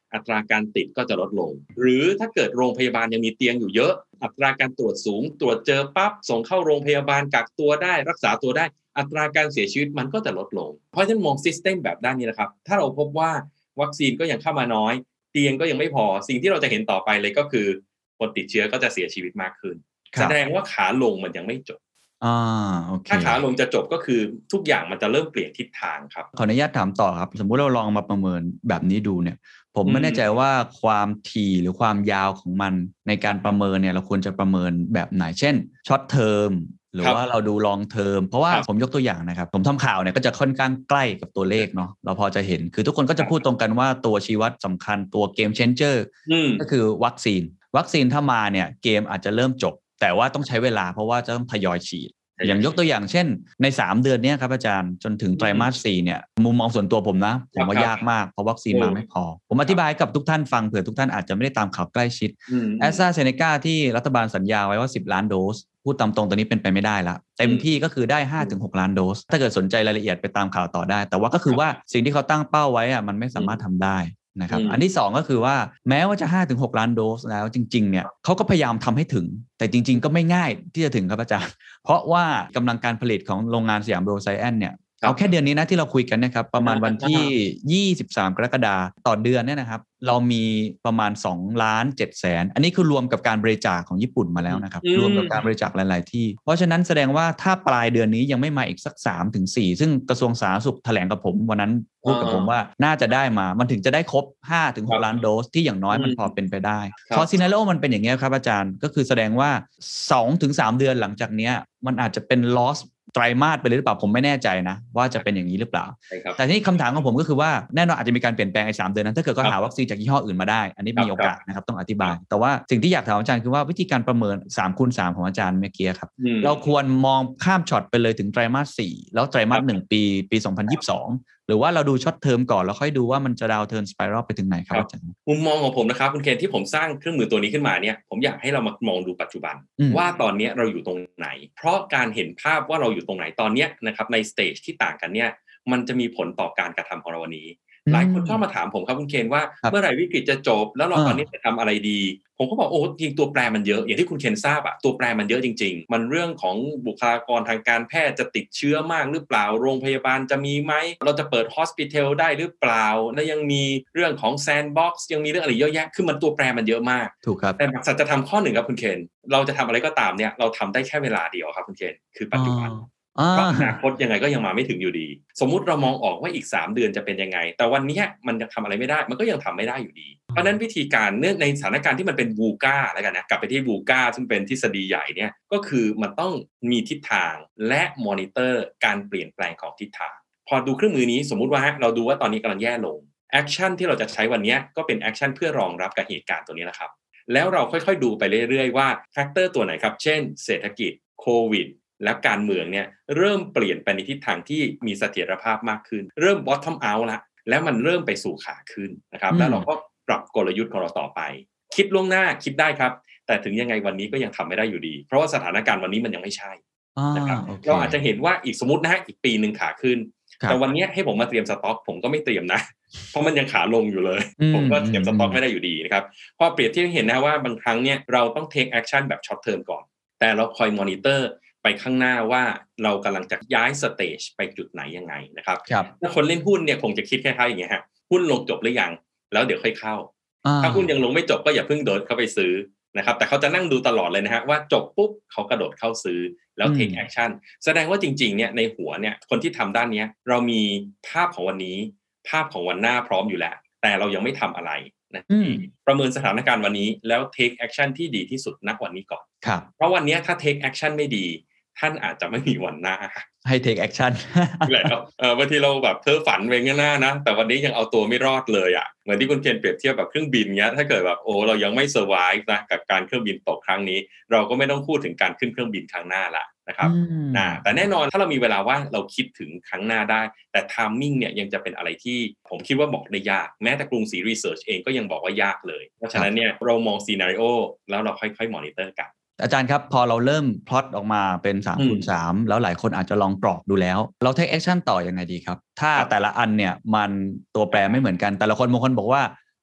อัตราการติดก็จะลดลงหรือถ้าเกิดโรงพยาบาลยังมีเตียงอยู่เยอะอัตราการตรวจสูงตรวจเจอปั๊บส่งเข้าโรงพยาบาลกักตัวได้รักษาตัวได้อัตราการเสียชีวิตมันก็จะลดลงเพราะฉะนั้นมองซิสเต็มแบบด้านนี้นะครับถ้าเราพบว่าวัคซีนก็ยังเข้ามาน้อยเตียงก็ยังไม่พอสิ่งที่เราจะเห็นต่อไปเลยก็คือคนติดเชื้อก็จะเสียชีวิตมากขึ้นแสดงว่าขาลงมันยังไม่จบอ่าโอเคถ้าขาลงจะจบก็คือทุกอย่างมันจะเริ่มเปลี่ยนทิศทางครับขออนุญาตถามต่อครับสมมุติเราลองมาประเมินแบบนี้ดูเนี่ยผมไม่แน่ใจว่าความถี่หรือความยาวของมันในการประเมินเนี่ยเราควรจะประเมินแบบไหนเช่นช็อตเทอมหรือว่าเราดูลองเทอมเพราะว่าผมยกตัวอย่างนะครับผมทำข่าวเนี่ยก็จะค่อนข้างใกล้กับตัวเลขเนาะเราพอจะเห็นคือทุกคนก็จะพูดตรงกันว่าตัวชี้วัดสำคัญตัวเกมเชนเจอร์ก็คือวัคซีนวัคซีนถ้ามาเนี่ยเกมอาจจะเริ่มจบแต่ว่าต้องใช้เวลาเพราะว่าจะต้องทยอยฉีดอย่างยกตัวอย่างเช่นในสามเดือนนี้ครับอาจารย์จนถึงไตรมาสสี่เนี่ยมุมมองส่วนตัวผมนะผมว่ายากมากเพราะวัคซีนมาไม่พอผมอธิบายกับทุกท่านฟังเผื่อทุกท่านอาจจะไม่ได้ตามข่าวใกล้ชิดแอสตราเซเนกาที่รัฐบาลสัญญาไว้ว่าสิบล้านโดสพูดตามตรงตัวนี้เป็นไปไม่ได้ละเต็มที่ก็คือได้ ห้าถึงหก ล้านโดสถ้าเกิดสนใจรายละเอียดไปตามข่าวต่อได้แต่ว่าก็คือว่าสิ่งที่เขาตั้งเป้าไว้อะมันไม่สามารถทำได้นะครับอันที่สองก็คือว่าแม้ว่าจะ ห้าถึงหก ล้านโดสแล้วจริงๆเนี่ยเขาก็พยายามทำให้ถึงแต่จริงๆก็ไม่ง่ายที่จะถึงครับอาจารย์เพราะว่ากำลังการผลิตของโรงงานสยามไบโอไซแอนซ์เนี่ยเอาแค่เดือนนี้นะที่เราคุยกันนะครับประมาณวันที่ยี่สิบสามกรกฎาคมต่อเดือนเนี่ยนะครับเรามีประมาณสองล้านเจ็ดแสนอันนี้คือรวมกับการบริจาคของญี่ปุ่นมาแล้วนะครับรวมกับการบริจาคหลายๆที่เพราะฉะนั้นแสดงว่าถ้าปลายเดือนนี้ยังไม่มาอีกสัก สามถึงสี่ ซึ่งกระทรวงสาธารณสุขแถลงกับผมวันนั้นพูดกับผมว่าน่าจะได้มามันถึงจะได้ครบ ห้าถึงหก ล้านโดสที่อย่างน้อยมันพอเป็นไปได้พอซีนาริโอมันเป็นอย่างนี้ครับอาจารย์ก็คือแสดงว่า สองถึงสาม เดือนหลังจากนี้มันอาจจะเป็น lossไตรมาสไปเลยหรือเปล่าผมไม่แน่ใจนะว่าจะเป็นอย่างนี้หรือเปล่าแต่ที่คำถามของผมก็คือว่าแน่นอนอาจจะมีการเปลี่ยนแปลงไอ้สามเดือนนั้นถ้าเกิดก็หาวัคซีนจากยี่ห้ออื่นมาได้อันนี้มีโอกาสนะครับต้องอธิบายแต่ว่าสิ่งที่อยากถามอาจารย์คือว่าวิธีการประเมิน สามคูณสาม ของอาจารย์เมื่อกี้ครับเราควรมองข้ามช็อตไปเลยถึงไตรมาสสี่แล้วไตรมาสหนึ่งปีปีสองพันยี่สิบสองหรือว่าเราดูช็อตเทอมก่อนแล้วค่อยดูว่ามันจะดาวเทิร์นสไปรัลไปถึงไหนครับอาจารย์มุมมองของผมนะครับคุณเคนที่ผมสร้างเครื่องมือตัวนี้ขึ้นมาเนี่ยผมอยากให้เรามามองดูปัจจุบันว่าตอนนี้เราอยู่ตรงไหนเพราะการเห็นภาพว่าเราอยู่ตรงไหนตอนนี้นะครับในสเตจที่ต่างกันเนี่ยมันจะมีผลต่อการกระทำของเราวันนี้หลายคนชอบมาถามผมครับคุณเคนว่าเมื่อไหร่วิกฤตจะจบแล้วเราตอนนี้จะทำอะไรดีผมก็บอกโอ้จริงตัวแปรมันเยอะอย่างที่คุณเคนทราบอะตัวแปรมันเยอะจริงๆมันเรื่องของบุคลากรทางการแพทย์จะติดเชื้อมากหรือเปล่าโรงพยาบาลจะมีไหมเราจะเปิดฮอสพิทอลได้หรือเปล่าแล้วยังมีเรื่องของแซนด์บ็อกซ์ยังมีเรื่องอะไรเยอะแยะคือมันตัวแปรมันเยอะมากถูกครับแต่สัจธรรมข้อหนึ่งครับคุณเคนเราจะทำอะไรก็ตามเนี่ยเราทำได้แค่เวลาเดียวครับคุณเคนคือปัจจุบันเพราะอนาคตยังไงก็ยังมาไม่ถึงอยู่ดีสมมุติเรามองออกว่าอีกสามเดือนจะเป็นยังไงแต่วันนี้มันจะทำอะไรไม่ได้มันก็ยังทำไม่ได้อยู่ดีเพราะนั้นวิธีการเนื่องในสถานการณ์ที่มันเป็นวูก้าแล้วกันนะกลับไปที่วูก้าซึ่งเป็นทฤษฎีใหญ่เนี่ยก็คือมันต้องมีทิศทางและมอนิเตอร์การเปลี่ยนแปลงของทิศทางพอดูเครื่องมือนี้สมมุติว่าเราดูว่าตอนนี้กำลังแย่ลงแอคชั่นที่เราจะใช้วันนี้ก็เป็นแอคชั่นเพื่อรองรับกับเหตุการณ์ตัวนี้นะครับแล้วเราค่อยๆดูไปเรื่อยๆว่าแฟกเตอร์ตัวไหนครับเช่นเศรษฐกิจโควิดและการเมืองเนี่ยเริ่มเปลี่ยนไปในทิศทางที่มีเสถียรภาพมากขึ้นเริ่ม bottom out ละแล้วมันเริ่มไปสู่ขาขึ้นนะครับแล้วเราก็ปรับกลยุทธ์ของเราต่อไปคิดล่วงหน้าคิดได้ครับแต่ถึงยังไงวันนี้ก็ยังทำไม่ได้อยู่ดีเพราะว่าสถานการณ์วันนี้มันยังไม่ใช่นะครับเราอาจจะเห็นว่าอีกสมมตินะฮะอีกปีนึงขาขึ้นแต่วันนี้ให้ผมมาเตรียมสต็อกผมก็ไม่เตรียมนะเพราะมันยังขาลงอยู่เลยผมก็เตรียมสต็อกไม่ได้อยู่ดีนะครับพอเปรียบเทียบให้เห็นนะว่าบางครั้งเนี่ยเราต้อง take action แบบ short term ก่อนแต่เราคอยมอนิเตอร์ไปข้างหน้าว่าเรากำลังจะย้ายสเตจไปจุดไหนยังไงนะครับถ้าคนเล่นหุ้นเนี่ยคงจะคิดคล้ายๆอย่างเงี้ยฮะหุ้นลงจบหรือยังแล้วเดี๋ยวค่อยเข้าถ้าหุ้นยังลงไม่จบก็อย่าเพิ่งโดดเข้าไปซื้อนะครับแต่เขาจะนั่งดูตลอดเลยนะฮะว่าจบปุ๊บเขากระโดดเข้าซื้อแล้ว take action แสดงว่าจริงๆเนี่ยในหัวเนี่ยคนที่ทำด้านนี้เรามีภาพของวันนี้ภาพของวันหน้าพร้อมอยู่แล้วแต่เรายังไม่ทำอะไรนะประเมินสถานการณ์วันนี้แล้ว take action ที่ดีที่สุดณวันนี้ก่อนเพราะวันนี้ถ้า take action ไม่ดีท่านอาจจะไม่มีวันหน้าให้ take action แล้วเออบางทีเราแบบเพ้อฝันไว้ข้างหน้านะแต่วันนี้ยังเอาตัวไม่รอดเลยอ่ะเหมือนที่คุณเคนเปรียบเทียบแบบเครื่องบินเงี้ยถ้าเกิดแบบโอ้เรายังไม่ survive นะกับการเครื่องบินตกครั้งนี้เราก็ไม่ต้องพูดถึงการขึ้นเครื่องบินครั้งหน้าละนะครับนะแต่แน่นอนถ้าเรามีเวลาว่างเราคิดถึงครั้งหน้าได้แต่ timing เนี่ยยังจะเป็นอะไรที่ผมคิดว่าบอกได้ยากแม้แต่กรุงศรี Research เองก็ยังบอกว่ายากเลยเพราะฉะนั้นเนี่ยเรามอง scenario แล้วเราค่อยๆ monitor กันอาจารย์ครับพอเราเริ่มพล็อตออกมาเป็น สามคูณสาม แล้วหลายคนอาจจะลองกรอกดูแล้วเราเทคแอคชั่นต่อยังไงดีครับถ้าแต่ละอันเนี่ยมันตัวแปรไม่เหมือนกันแต่ละคนบางคนบอกว่า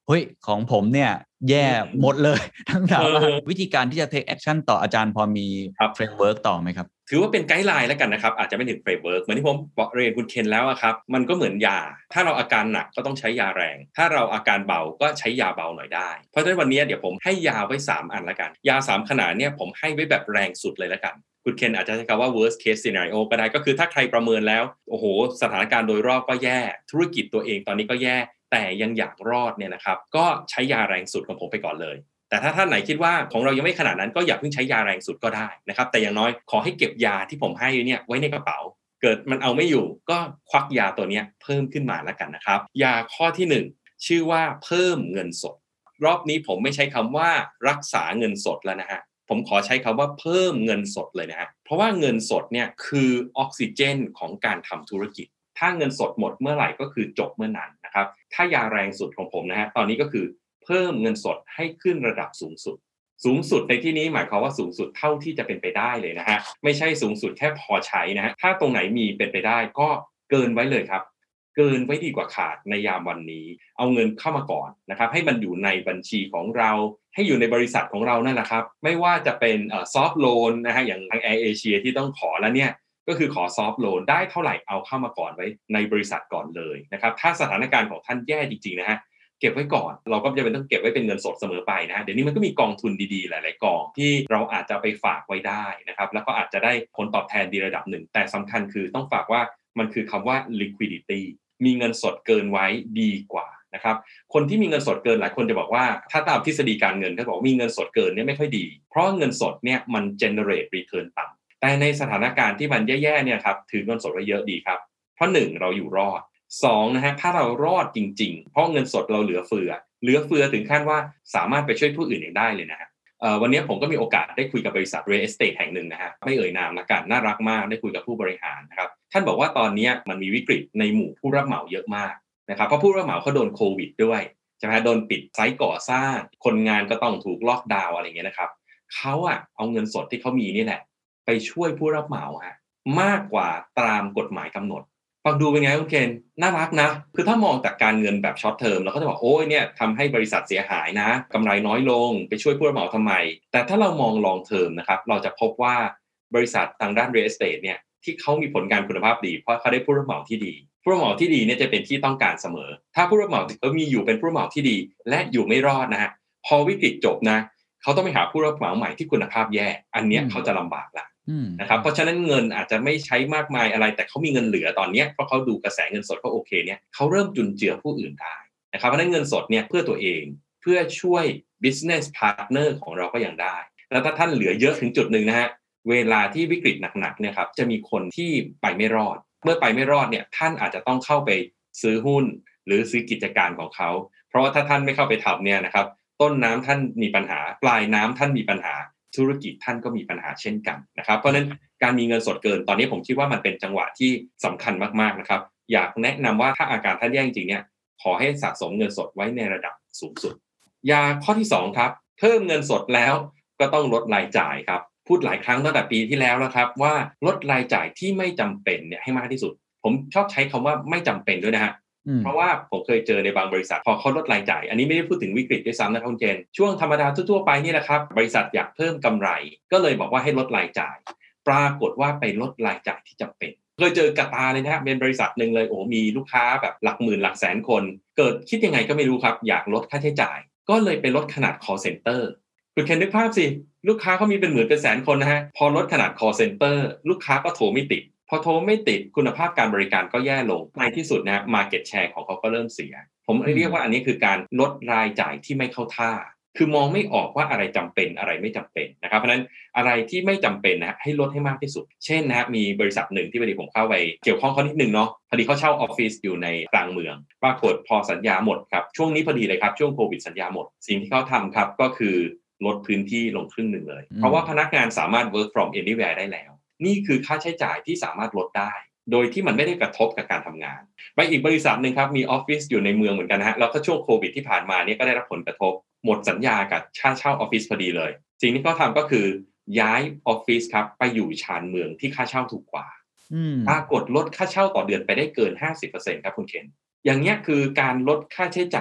เฮ้ยของผมเนี่ยแย่หมดเลยทั้งถามว่าเออวิธีการที่จะ take action ต่ออาจารย์พอมีครับ framework ต่อไหมครับถือว่าเป็นไกด์ไลน์แล้วกันนะครับอาจจะไม่ถึงเฟรมเวิร์กเหมือนที่ผมบอกเรียนคุณเคนแล้วอะครับมันก็เหมือนยาถ้าเราอาการหนักก็ต้องใช้ยาแรงถ้าเราอาการเบาก็ใช้ยาเบาหน่อยได้เพราะฉะนั้นวันนี้เดี๋ยวผมให้ยาไว้สามอันแล้วกันยาสามขนาดเนี่ยผมให้ไว้แบบแรงสุดเลยแล้วกันคุณเคนอาจจะใช้คำว่า worst case scenario ก็ได้ก็คือถ้าใครประเมินแล้วโอ้โหสถานการณ์โดยรอบก็แย่ธุรกิจตัวเองตอนนี้ก็แย่แต่ยังอยากรอดเนี่ยนะครับก็ใช้ยาแรงสุดของผมไปก่อนเลยแต่ถ้าท่านไหนคิดว่าของเรายังไม่ขนาดนั้นก็อย่าเพิ่งใช้ยาแรงสุดก็ได้นะครับแต่อย่างน้อยขอให้เก็บยาที่ผมให้เนี่ยไว้ในกระเป๋าเกิดมันเอาไม่อยู่ก็ควักยาตัวนี้เพิ่มขึ้นมาแล้วกันนะครับยาข้อที่หนึ่งชื่อว่าเพิ่มเงินสดรอบนี้ผมไม่ใช้คำว่ารักษาเงินสดแล้วนะฮะผมขอใช้คำว่าเพิ่มเงินสดเลยนะฮะเพราะว่าเงินสดเนี่ยคือออกซิเจนของการทำธุรกิจถ้าเงินสดหมดเมื่อไหร่ก็คือจบเมื่อนั้นนะครับถ้ายาแรงสุดของผมนะฮะตอนนี้ก็คือเพิ่มเงินสดให้ขึ้นระดับสูงสุดสูงสุดในที่นี้หมายความว่าสูงสุดเท่าที่จะเป็นไปได้เลยนะฮะไม่ใช่สูงสุดแค่พอใช้นะฮะถ้าตรงไหนมีเป็นไปได้ก็เกินไว้เลยครับเกินไว้ดีกว่าขาดในยามวันนี้เอาเงินเข้ามาก่อนนะครับให้มันอยู่ในบัญชีของเราให้อยู่ในบริษัทของเรานั่นแหละครับไม่ว่าจะเป็นเอ่อซอฟท์โลนนะฮะอย่างทาง Air Asia ที่ต้องขอแล้วเนี่ยก็คือขอซอฟท์โลนได้เท่าไหร่เอาเข้ามาก่อนไว้ในบริษัทก่อนเลยนะครับถ้าสถานการณ์ของท่านแย่จริงๆนะฮะเก็บไว้ก่อนเราก็จะเป็นต้องเก็บไว้เป็นเงินสดเสมอไปนะเดี๋ยวนี้มันก็มีกองทุนดีๆหลายๆกองที่เราอาจจะไปฝากไว้ได้นะครับแล้วก็อาจจะได้ผลตอบแทนดีระดับหนึ่งแต่สำคัญคือต้องฝากว่ามันคือคำว่า liquidity มีเงินสดเกินไว้ดีกว่านะครับคนที่มีเงินสดเกินหลายคนจะบอกว่าถ้าตามทฤษฎีการเงินเขาบอกมีเงินสดเกินเนี่ยไม่ค่อยดีเพราะเงินสดเนี่ยมัน generate return ต่ำแต่ในสถานการณ์ที่มันแย่ๆเนี่ยครับถือเงินสดไว้เยอะดีครับเพราะหนึ่งเราอยู่รอดสองนะฮะถ้าเรารอดจริงๆเพราะเงินสดเราเหลือเฟือเหลือเฟือถึงขั้นว่าสามารถไปช่วยผู้อื่นเองได้เลยนะฮะวันนี้ผมก็มีโอกาสได้คุยกับบริษัท real estate แห่งหนึ่งนะฮะไม่เอ่ยนามละกันน่ารักมากได้คุยกับผู้บริหารนะครับท่านบอกว่าตอนนี้มันมีวิกฤตในหมู่ผู้รับเหมาเยอะมากนะครับเพราะผู้รับเหมาเขาโดนโควิดด้วยใช่ไหมโดนปิดไซต์ก่อสร้างคนงานก็ต้องถูกล็อกดาวน์อะไรเงี้ยนะครับเขาอะเอาเงินสดที่เขามีนี่แหละไปช่วยผู้รับเหมาฮะมากกว่าตามกฎหมายกำหนดฟังดูเป็นไงคุณเคนน่ารักนะคือถ้ามองจากการเงินแบบช็อตเทอมเราก็จะบอกโอ้ยเนี่ยทำให้บริษัทเสียหายนะกำไรน้อยลงไปช่วยผู้รับเหมาทำไมแต่ถ้าเรามองลองเทอมนะครับเราจะพบว่าบริษัททางด้าน real estate เนี่ยที่เขามีผลงานคุณภาพดีเพราะเขาได้ผู้รับเหมาที่ดีผู้รับเหมาที่ดีเนี่ยจะเป็นที่ต้องการเสมอถ้าผู้รับเหมาเขามีอยู่เป็นผู้รับเหมาที่ดีและอยู่ไม่รอดนะฮะพอวิกฤตจบนะเขาต้องไปหาผู้รับเหมาใหม่ที่คุณภาพแย่อันเนี้ยเขาจะลำบากละนะครับเพราะฉะนั้นเงินอาจจะไม่ใช้มากมายอะไรแต่เขามีเงินเหลือตอนนี้เพราะเขาดูกระแสเงินสดเขาโอเคเนี่ยเขาเริ่มจุนเจือผู้อื่นได้นะครับเพราะฉะนั้นเงินสดเนี่ยเพื่อตัวเองเพื่อช่วย business partner ของเราก็ยังได้แล้วถ้าท่านเหลือเยอะถึงจุดนึงนะฮะเวลาที่วิกฤตหนักๆเนี่ยครับจะมีคนที่ไปไม่รอดเมื่อไปไม่รอดเนี่ยท่านอาจจะต้องเข้าไปซื้อหุ้นหรือซื้อกิจการของเขาเพราะว่าถ้าท่านไม่เข้าไปทำเนี่ยนะครับต้นน้ำท่านมีปัญหาปลายน้ำท่านมีปัญหาธุรกิจท่านก็มีปัญหาเช่นกันนะครับเพราะฉะนั้นการมีเงินสดเกินตอนนี้ผมคิดว่ามันเป็นจังหวะที่สำคัญมากๆนะครับอยากแนะนำว่าถ้าอาการท่านแย่จริงๆเนี่ยขอให้สะสมเงินสดไว้ในระดับสูงสุดยาข้อที่สองครับเพิ่มเงินสดแล้วก็ต้องลดรายจ่ายครับพูดหลายครั้งตั้งแต่ปีที่แล้วแล้วครับว่าลดรายจ่ายที่ไม่จำเป็นเนี่ยให้มากที่สุดผมชอบใช้คำว่าไม่จำเป็นด้วยนะฮะเพราะว่าผมเคยเจอในบางบริษัทพอเขาลดรายจ่ายอันนี้ไม่ได้พูดถึงวิกฤตด้วยซ้ำนะครับคุณเจนช่วงธรรมดาทั่วๆไปนี่แหละครับบริษัทอยากเพิ่มกำไรก็เลยบอกว่าให้ลดรายจ่ายปรากฏว่าไปลดรายจ่ายที่จำเป็นเคยเจอกระตาเลยนะฮะเป็นบริษัทหนึ่งเลยโอ้มีลูกค้าแบบหลักหมื่นหลักแสนคนเกิดคิดยังไงก็ไม่รู้ครับอยากลดค่าใช้จ่ายก็เลยไปลดขนาด call center คุณเคนนึกภาพสิลูกค้าเขามีเป็นหมื่นเป็นแสนคนนะฮะพอลดขนาด call center ลูกค้าก็โทรไม่ติดพอโทรไม่ติดคุณภาพการบริการก็แย่ลงในที่สุดนะ market share ของเขาก็เริ่มเสียผมเรียกว่าอันนี้คือการลดรายจ่ายที่ไม่เข้าท่าคือมองไม่ออกว่าอะไรจำเป็นอะไรไม่จำเป็นนะครับเพราะฉะนั้นอะไรที่ไม่จำเป็นนะให้ลดให้มากที่สุดเช่นนะมีบริษัทหนึ่งที่พอดีผมเข้าไปเกี่ยวข้องเขานิดนึงเนาะพอดีเขาเช่าออฟฟิศอยู่ในกลางเมืองปรากฏพอสัญญาหมดครับช่วงนี้พอดีเลยครับช่วงโควิดสัญญาหมดสิ่งที่เขาทำครับก็คือลดพื้นที่ลงครึ่งหนึ่งเลยเพราะว่าพนักงานสามารถ work from anywhere ได้แล้วนี่คือค่าใช้จ่ายที่สามารถลดได้โดยที่มันไม่ได้กระทบกับการทำงานไปอีกบริษัทหนึ่งครับมีออฟฟิศอยู่ในเมืองเหมือนกันนะฮะแล้วก็ช่วงโควิดที่ผ่านมาเนี่ยก็ได้รับผลกระทบหมดสัญญากับค่าเช่าออฟฟิศพอดีเลยสิ่งที่เขาทำก็คือย้ายออฟฟิศครับไปอยู่ชานเมืองที่ค่าเช่าถูกกว่าปรากฏลดค่าเช่าต่อเดือนไปได้เกิน ห้าสิบเปอร์เซ็นต์ ครับคุณเคนอย่างเงี้ยคือการลดค่าใช้จ่าย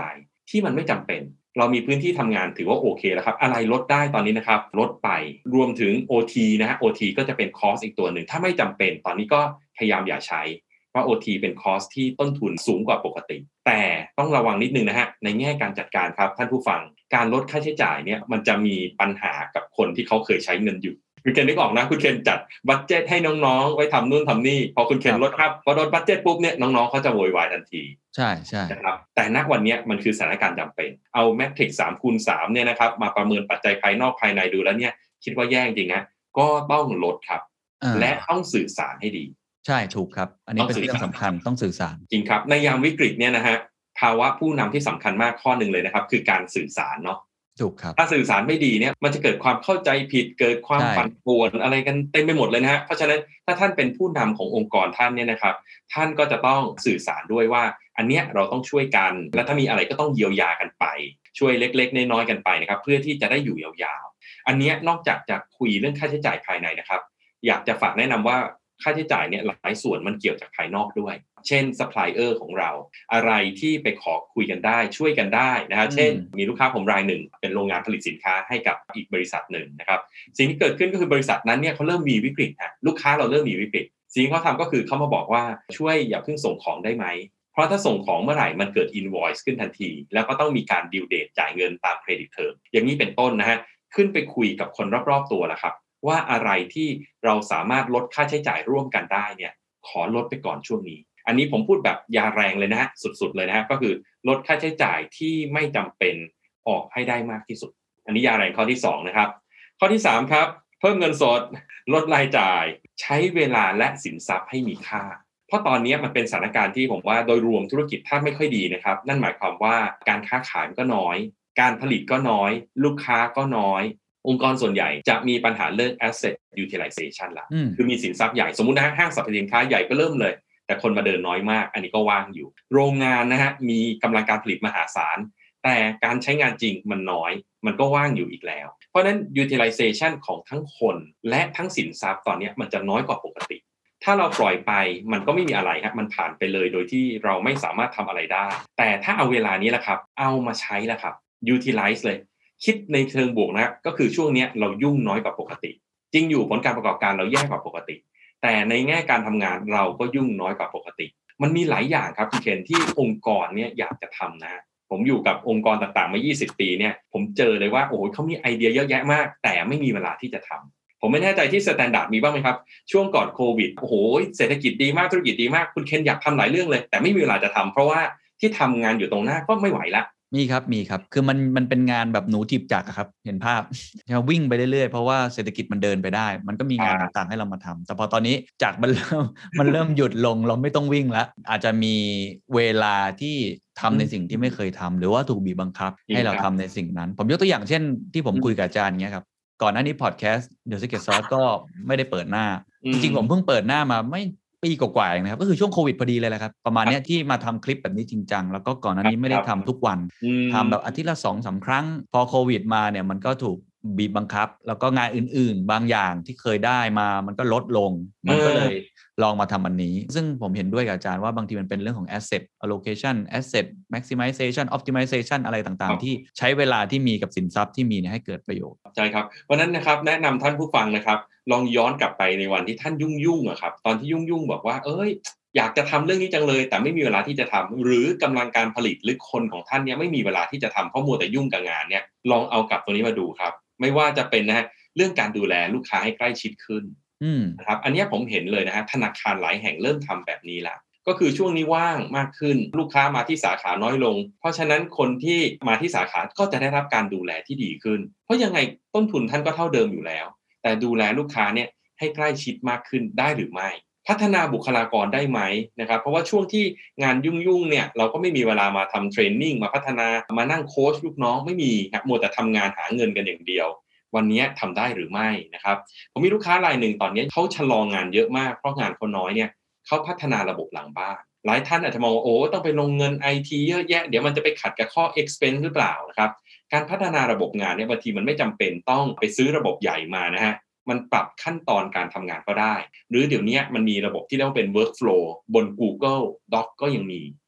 ที่มันไม่จำเป็นเรามีพื้นที่ทำงานถือว่าโอเคแล้วครับอะไรลดได้ตอนนี้นะครับลดไปรวมถึง โอ ที นะฮะ โอ ที ก็จะเป็นคอสอีกตัวหนึ่งถ้าไม่จำเป็นตอนนี้ก็พยายามอย่าใช้เพราะ โอ ที เป็นคอสที่ต้นทุนสูงกว่าปกติแต่ต้องระวังนิดนึงนะฮะในแง่การจัดการครับท่านผู้ฟังการลดค่าใช้จ่ายเนี่ยมันจะมีปัญหากับคนที่เขาเคยใช้เงินอยู่คุณเคนนึกออกนะคุณเคนจัดบัดเจ็ตให้น้องๆไว้ทำนู่นทำนี่พอคุณเคนลดครับพอลดบัดเจ็ตปุ๊บเนี่ยน้องๆเขาจะโวยวายทันทีใช่ใช่นะครับแต่ณวันนี้มันคือสถานการณ์จำเป็นเอาแมทริกซ์ สามคูณสามเนี่ยนะครับมาประเมินปัจจัยภายนอกภายในดูแล้วเนี่ยคิดว่าแย่จริงนะก็ต้องลดครับและต้องสื่อสารให้ดีใช่ถูกครับอันนี้เป็นเรื่องสำคัญต้องสื่อสารจริงครับในยามวิกฤตเนี่ยนะฮะภาวะผู้นำที่สำคัญมากข้อหนึ่งเลยนะครับคือการสื่อสารเนาะถูกครับถ้าสื่อสารไม่ดีเนี่ยมันจะเกิดความเข้าใจผิดเกิดความปั่นป่วนอะไรกันเต็มไปหมดเลยนะฮะเพราะฉะนั้นถ้าท่านเป็นผู้นำขององค์กรท่านเนี่ยนะครับท่านก็จะต้องสื่อสารด้วยว่าอันเนี้ยเราต้องช่วยกันและถ้ามีอะไรก็ต้องเยียวยากันไปช่วยเล็กๆน้อยๆกันไปนะครับเพื่อที่จะได้อยู่ยาวๆอันเนี้ยนอกจากจะคุยเรื่องค่าใช้จ่ายภายในนะครับอยากจะฝากแนะนำว่าค่าใช้จ่ายเนี่ยหลายส่วนมันเกี่ยวจากภายนอกด้วยเช่นซัพพลายเออร์ของเราอะไรที่ไปขอคุยกันได้ช่วยกันได้นะฮะเช่นมีลูกค้าผมรายหนึ่งเป็นโรงงานผลิตสินค้าให้กับอีกบริษัทหนึ่งนะครับสิ่งที่เกิดขึ้นก็คือบริษัทนั้นเนี่ยเขาเริ่มมีวิกฤตฮะลูกค้าเราเริ่มมีวิกฤตสิ่งที่เขาทำก็คือเขามาบอกว่าช่วยอย่าเพิ่งส่งของได้ไหมเพราะถ้าส่งของเมื่อไหร่มันเกิด invoice ขึ้นทันทีแล้วก็ต้องมีการ due date จ่ายเงินตามเครดิตเทอมอย่างนี้เป็นต้นนะฮะขึ้นไปคุยกับคนรอบๆตัวละครับว่าอะไรที่เราสามารถลดค่าใช้จ่ายร่วมกันได้เนี่ยขอลดไปก่อนช่วงนี้อันนี้ผมพูดแบบยาแรงเลยนะฮะสุดๆเลยนะฮะก็คือลดค่าใช้จ่ายที่ไม่จำเป็นออกให้ได้มากที่สุดอันนี้ยาแรงข้อที่สองนะครับข้อที่สามครับเพิ่มเงินสดลดรายจ่ายใช้เวลาและสินทรัพย์ให้มีค่าเพราะตอนนี้มันเป็นสถานการณ์ที่ผมว่าโดยรวมธุรกิจถ้าไม่ค่อยดีนะครับนั่นหมายความว่าการค้าขายก็น้อยการผลิตก็น้อยลูกค้าก็น้อยองค์กรส่วนใหญ่จะมีปัญหาเรื่อง asset utilization ละคือมีสินทรัพย์ใหญ่สมมุตินะห้างสรรพสินค้าใหญ่ก็เริ่มเลยแต่คนมาเดินน้อยมากอันนี้ก็ว่างอยู่โรงงานนะฮะมีกำลังการผลิตมหาศาลแต่การใช้งานจริงมันน้อยมันก็ว่างอยู่อีกแล้วเพราะฉะนั้น utilization ของทั้งคนและทั้งสินทรัพย์ตอนนี้มันจะน้อยกว่าปกติถ้าเราปล่อยไปมันก็ไม่มีอะไรครับมันผ่านไปเลยโดยที่เราไม่สามารถทำอะไรได้แต่ถ้าเอาเวลานี้แหละครับเอามาใช้แล้วครับ utilize เลยคิดในเชิงบวกนะก็คือช่วงนี้เรายุ่งน้อยกว่าปกติจริงอยู่ผลการประกอบการเราแย่กว่าปกติแต่ในแง่การทำงานเราก็ยุ่งน้อยกว่าปกติมันมีหลายอย่างครับคุณเคนที่องค์กรเนี่ยอยากจะทำนะผมอยู่กับองค์กรต่างๆมายี่สิบปีเนี่ยผมเจอเลยว่าโอ้โหเขามีไอเดียเยอะแยะมากแต่ไม่มีเวลาที่จะทำผมไม่แน่ใจที่สแตนดาร์ดมีบ้างไหมครับช่วงก่อนโควิดโอ้โหเศรษฐกิจดีมากธุรกิจดีมากคุณเคนอยากทำหลายเรื่องเลยแต่ไม่มีเวลาจะทำเพราะว่าที่ทำงานอยู่ตรงหน้าก็ไม่ไหวละมีครับมีครับคือมันมันเป็นงานแบบหนูถีบจักรครับเห็นภาพจะวิ่งไปเรื่อยๆเพราะว่าเศรษฐกิจมันเดินไปได้มันก็มีงานต่างๆให้เรามาทำแต่พอตอนนี้จักรมันเริ่มมันเริ่มหยุดลงเราไม่ต้องวิ่งแล้วอาจจะมีเวลาที่ทำในสิ่งที่ไม่เคยทำหรือว่าถูกบีบบังคับให้เราทำในสิ่งนั้นผมยกตัวอย่างเช่นที่ผมคุยกับอาจารย์เงี้ยครับก่อนหน้านี้พอดแคสต์ The Secret Sauce ก็ไม่ได้เปิดหน้าจริงๆผมเพิ่งเปิดหน้ามาไม่ปีกว่าๆเองนะครับก็คือช่วงโควิดพอดีเลยแหละครับประมาณนี้ที่มาทำคลิปแบบนี้จริงจังแล้วก็ก่อนหน้านี้ไม่ได้ทำทุกวันทำแบบอาทิตย์ละ สองถึงสาม ครั้งพอโควิดมาเนี่ยมันก็ถูกบีบบังคับแล้วก็งานอื่นๆบางอย่างที่เคยได้มามันก็ลดลงมันก็เลยลองมาทำอันนี้ซึ่งผมเห็นด้วยกับอาจารย์ว่าบางทีมันเป็นเรื่องของ asset allocation asset maximization optimization อะไรต่างๆที่ใช้เวลาที่มีกับสินทรัพย์ที่มีให้เกิดประโยชน์ใช่ครับเพราะนั้นนะครับแนะนำท่านผู้ฟังนะครับลองย้อนกลับไปในวันที่ท่านยุ่งๆอะครับตอนที่ยุ่งๆบอกว่าเอ้ยอยากจะทำเรื่องนี้จังเลยแต่ไม่มีเวลาที่จะทำหรือกำลังการผลิตหรือคนของท่านเนี่ยไม่มีเวลาที่จะทำเพราะมัวแต่ยุ่งกับงานเนี่ยลองเอากลับตัวนี้มาดูครับไม่ว่าจะเป็นนะฮะเรื่องการดูแลลูกค้าให้ใกล้ชิดขึ้นนะครับอันนี้ผมเห็นเลยนะฮะธนาคารหลายแห่งเริ่มทำแบบนี้แล้วก็คือช่วงนี้ว่างมากขึ้นลูกค้ามาที่สาขาน้อยลงเพราะฉะนั้นคนที่มาที่สาขาก็จะได้รับการดูแลที่ดีขึ้นเพราะยังไงต้นทุนท่านก็เท่าเดิมอยู่แล้วแต่ดูแลลูกค้าเนี่ยให้ใกล้ชิดมากขึ้นได้หรือไม่พัฒนาบุคลากรได้ไหมนะครับเพราะว่าช่วงที่งานยุ่งๆเนี่ยเราก็ไม่มีเวลามาทำเทรนนิ่งมาพัฒนามานั่งโค้ชลูกน้องไม่มีครับมัวแต่ทำงานหาเงินกันอย่างเดียววันนี้ทำได้หรือไม่นะครับผมมีลูกค้ารายหนึ่งตอนนี้เขาชะลองานเยอะมากเพราะงานเขาน้อยเนี่ยเขาพัฒนาระบบหลังบ้านหลายท่านอาจจะมองว่าโอ้ต้องไปลงเงิน ไอ ที เยอะแยะเดี๋ยวมันจะไปขัดกับข้อ expense หรือเปล่านะครับการพัฒนาระบบงานเนี่ยบางทีมันไม่จำเป็นต้องไปซื้อระบบใหญ่มานะฮะมันปรับขั้นตอนการทำงานก็ได้หรือเดี๋ยวนี้มันมีระบบที่เรียกว่าเป็น workflow บน Google Doc ก็ยังมี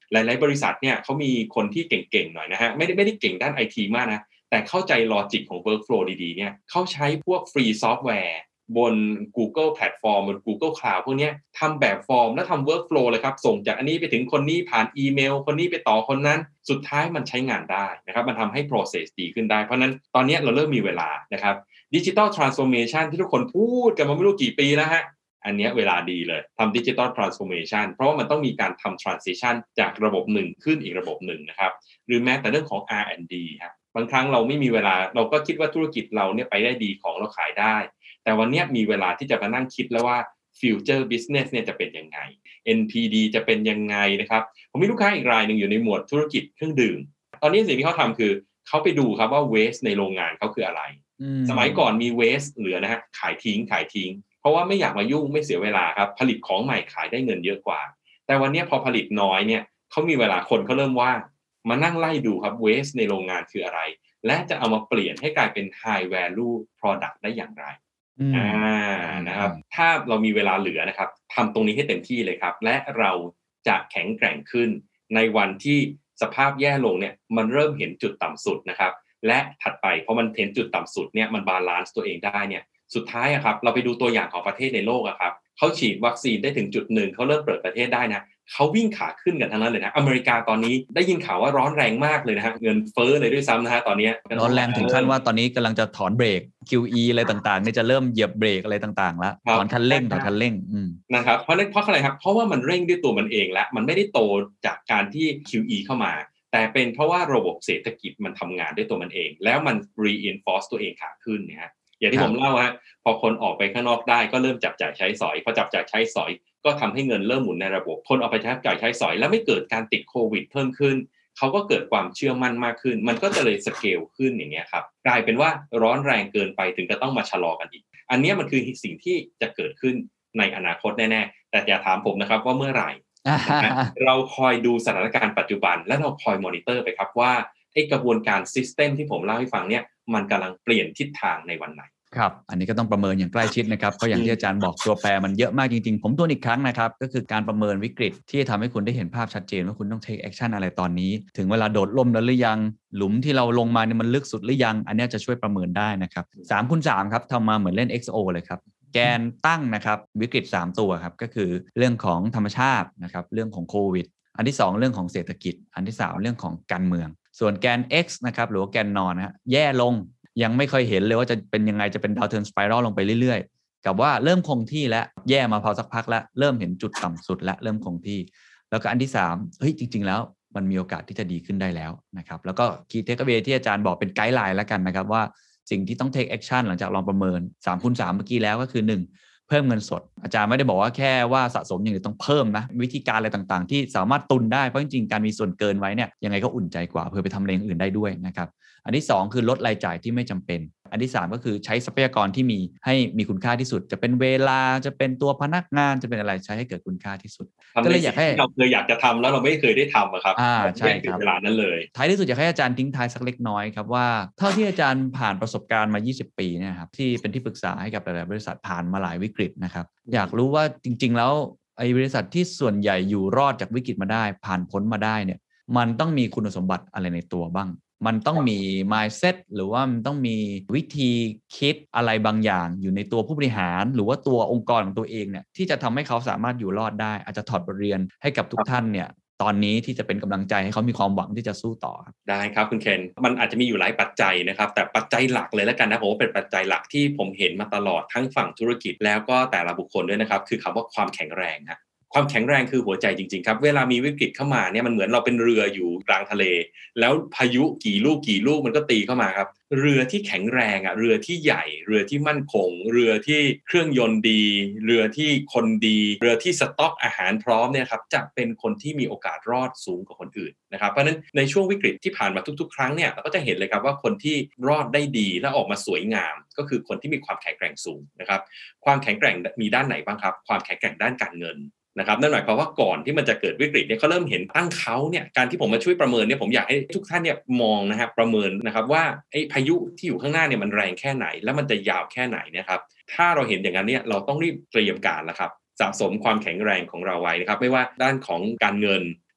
หลายๆบริษัทเนี่ยเขามีคนที่เก่งๆหน่อยนะฮะไม่ได้ไม่ได้เก่งด้าน ไอ ที มากนะแต่เข้าใจลอจิกของ workflow ดีๆเนี่ยเขาใช้พวกฟรีซอฟต์แวร์บน Google แพลตฟอร์มบน Google Cloud พวกนี้ทำแบบฟอร์มแล้วทำ workflow เลยครับส่งจากอันนี้ไปถึงคนนี้ผ่านอีเมลคนนี้ไปต่อคนนั้นสุดท้ายมันใช้งานได้นะครับมันทำให้ process ดีขึ้นได้เพราะนั้นตอนนี้เราเริ่มมีเวลานะครับ Digital Transformation ที่ทุกคนพูดกันมาไม่รู้กี่ปีแล้วฮะอันนี้เวลาดีเลยทำ Digital Transformation เพราะว่ามันต้องมีการทำ transition จากระบบหนึ่งขึ้นอีกระบบหนึ่งนะครับหรือแม้แต่เรื่องของ อาร์ แอนด์ ดี ครับบางครั้งเราไม่มีเวลาเราก็คิดว่าธุรกิจเราเนี่ยไปได้ดีของเราขายได้แต่วันนี้มีเวลาที่จะมานั่งคิดแล้วว่า future business เนี่ยจะเป็นยังไง เอ็น พี ดี จะเป็นยังไงนะครับผมมีลูกค้าอีกรายหนึ่งอยู่ในหมวดธุรกิจเครื่องดื่มตอนนี้สิ่งที่เขาทำคือเขาไปดูครับว่า waste ในโรงงานเขาคืออะไรสมัยก่อนมี waste เหลือนะฮะขายทิ้งขายทิ้งเพราะว่าไม่อยากมายุ่งไม่เสียเวลาครับผลิตของใหม่ขายได้เงินเยอะกว่าแต่วันนี้พอผลิตน้อยเนี่ยเขามีเวลาคนเขาเริ่มว่างมานั่งไล่ดูครับ waste ในโรงงานคืออะไรและจะเอามาเปลี่ยนให้กลายเป็น high value product ได้อย่างไรอ่านะครับถ้าเรามีเวลาเหลือนะครับทำตรงนี้ให้เต็มที่เลยครับและเราจะแข็งแกร่งขึ้นในวันที่สภาพแย่ลงเนี่ยมันเริ่มเห็นจุดต่ำสุดนะครับและถัดไปพอมันเห็นจุดต่ำสุดเนี่ยมันบาลานซ์ตัวเองได้เนี่ยสุดท้ายอะครับเราไปดูตัวอย่างของประเทศในโลกอะครับเขาฉีดวัคซีนได้ถึงจุดหนึ่งเขาเริ่มเปิดประเทศได้นะเขาวิ่งขาขึ้นกันทั้งนั้นเลยนะอเมริกาตอนนี้ได้ยินข่าวว่าร้อนแรงมากเลยนะฮะเงินเฟ้อเลยด้วยซ้ำนะฮะตอนนี้ร้อนแรงถึงขั้นว่าตอนนี้กำลังจะถอนเบรก คิว อี อะไรต่างๆเนี่ยจะเริ่มเหยียบเบรกอะไรต่างๆแล้วถอนคันเร่งถอนคันเร่งนะครับเพราะเพราะอะไรครับเพราะว่ามันเร่งด้วยตัวมันเองและมันไม่ได้โตจากการที่ คิว อี เข้ามาแต่เป็นเพราะว่าระบบเศรษฐกิจมันทำงานด้วยตัวมันเองแล้วมัน reinforce ตัวเองขาขึ้นนะฮะอย่างที่ผมเล่าฮะพอคนออกไปข้างนอกได้ก็เริ่มจับจ่ายใช้สอยพอจับจ่ายใช้สอยก็ทำให้เงินเริ่มหมุนในระบบคนออกไปจับจ่ายใช้สอยแล้วไม่เกิดการติดโควิดเพิ่มขึ้นเขาก็เกิดความเชื่อมั่นมากขึ้นมันก็จะเลยสเกลขึ้นอย่างเงี้ยครับกลายเป็นว่าร้อนแรงเกินไปถึงจะต้องมาชะลอกันอีกอันนี้มันคือสิ่งที่จะเกิดขึ้นในอนาคตแน่ๆแต่อย่าถามผมนะครับว่าเมื่อไหร่เราคอยดูสถานการณ์ปัจจุบันและเราคอยมอนิเตอร์ไปครับว่าไอ้กระบวนการซิสเต็มที่ผมเล่าให้ฟังเนี่ยมันกำลังเปลี่ยนทิศทางในวันไหนครับอันนี้ก็ต้องประเมินอย่างใกล้ชิดนะครับเพราะอย่างที่อาจารย์บอกตัวแปรมันเยอะมากจริงๆผมทวนอีกครั้งนะครับก็คือการประเมินวิกฤตที่ทำให้คุณได้เห็นภาพชัดเจนว่าคุณต้อง take action อะไรตอนนี้ถึงเวลาโดดล่มแล้วหรือยังหลุมที่เราลงมาเนี่ยมันลึกสุดหรือยังอันนี้จะช่วยประเมินได้นะครับสามคูณสามครับทำมาเหมือนเล่น เอ็กซ์ โอ เลยครับแกนตั้งนะครับวิกฤตสามตัวครับก็คือเรื่องของธรรมชาตินะครับเรื่องของโควิดอันที่สองเรื่องของเศรษฐกิจอันที่สามเรื่องของการเมืองส่วนแกน X นะครับหรือว่าแกนนอนนะฮะแย่ลงยังไม่เคยเห็นเลยว่าจะเป็นยังไงจะเป็นดาวเทิร์นสไปรัลลงไปเรื่อยๆกับว่าเริ่มคงที่แล้วแย่มาพอสักพักแล้วเริ่มเห็นจุดต่ำสุดและเริ่มคงที่แล้วก็อันที่สามเฮ้ยจริงๆแล้วมันมีโอกาสที่จะดีขึ้นได้แล้วนะครับแล้วก็คีย์เทคเวย์ที่อาจารย์บอกเป็นไกด์ไลน์แล้วกันนะครับว่าสิ่งที่ต้อง take action หลังจากลองประเมินสามคูณสามเมื่อกี้แล้วก็คือหนึ่งเพิ่มเงินสดอาจารย์ไม่ได้บอกว่าแค่ว่าสะสมอย่างเดียวต้องเพิ่มนะวิธีการอะไรต่างๆที่สามารถตุนได้เพราะจริงๆการมีส่วนเกินไว้เนี่ยยังไงก็อุ่นใจกว่าเพื่อไปทำอะไรอย่างอื่นได้ด้วยนะครับอันที่สองคือลดรายจ่ายที่ไม่จำเป็นอันที่สามก็คือใช้ทรัพยากรที่มีให้มีคุณค่าที่สุดจะเป็นเวลาจะเป็นตัวพนักงานจะเป็นอะไรใช้ให้เกิดคุณค่าที่สุดก็เลยอยากให้เราเคยอยากจะทำแล้วเราไม่เคยได้ทำอะครับอ่าใช่ครับเวลานั้นเลยท้ายที่สุดอยากให้อาจารย์ทิ้งท้ายสักเล็กน้อยครับว่าเท่าที่อาจารย์ผ่านประสบการณ์มายี่สิบปีเนี่ยครับที่เป็นที่ปรึกษาให้กับหลายๆบริษัทผ่านมาหลายวิกฤตนะครับอยากรู้ว่าจริงๆแล้วไอ้บริษัทที่ส่วนใหญ่อยู่รอดจากวิกฤตมาได้ผ่านพ้นมาได้เนี่ยมันต้องมีคุณสมบัติอะไรในตัวบ้างมันต้องมี mindset หรือว่ามันต้องมีวิธีคิดอะไรบางอย่างอยู่ในตัวผู้บริหารหรือว่าตัวองค์กรของตัวเองเนี่ยที่จะทำให้เขาสามารถอยู่รอดได้อาจจะถอดบทเรียนให้กับทุกท่านเนี่ยตอนนี้ที่จะเป็นกำลังใจให้เขามีความหวังที่จะสู้ต่อได้ครับคุณเคนมันอาจจะมีอยู่หลายปัจจัยนะครับแต่ปัจจัยหลักเลยแล้วกันนะผมว่าเป็นปัจจัยหลักที่ผมเห็นมาตลอดทั้งฝั่งธุรกิจแล้วก็แต่ละบุคคลด้วยนะครับคือคำว่าความแข็งแรงฮะความแข็งแรงคือหัวใจจริงๆครับเวลามีวิกฤตเข้ามาเนี่ยมันเหมือนเราเป็นเรืออยู่กลางทะเลแล้วพายุกี่ลูกกี่ลูกมันก็ตีเข้ามาครับเรือที่แข็งแรงอ่ะเรือที่ใหญ่เรือที่มั่นคงเรือที่เครื่องยนต์ดีเรือที่คนดีเรือที่สต็อกอาหารพร้อมเนี่ยครับจะเป็นคนที่มีโอกาสรอดสูงกว่าคนอื่นนะครับเพราะฉะนั้นในช่วงวิกฤตที่ผ่านมาทุกๆครั้งเนี่ยเราก็จะเห็นเลยครับว่าคนที่รอดได้ดีและออกมาสวยงามก็คือคนที่มีความแข็งแกร่งสูงนะครับความแข็งแกร่งมีด้านไหนบ้างครับความแข็งแกร่งด้านการเงินนะครับนั่นหมายความว่าก่อนที่มันจะเกิดวิกฤตเนี่ยเขาเริ่มเห็นตั้งเขาเนี่ยการที่ผมมาช่วยประเมินเนี่ยผมอยากให้ทุกท่านเนี่ยมองนะครับประเมินนะครับว่าไอ้พายุที่อยู่ข้างหน้าเนี่ยมันแรงแค่ไหนแล้วมันจะยาวแค่ไหนนะครับถ้าเราเห็นอย่างนั้นเนี่ยเราต้องรีบเตรียมการแล้วครับสะสมความแข็งแรงของเราไว้นะครับไม่ว่าด้านของการเงิน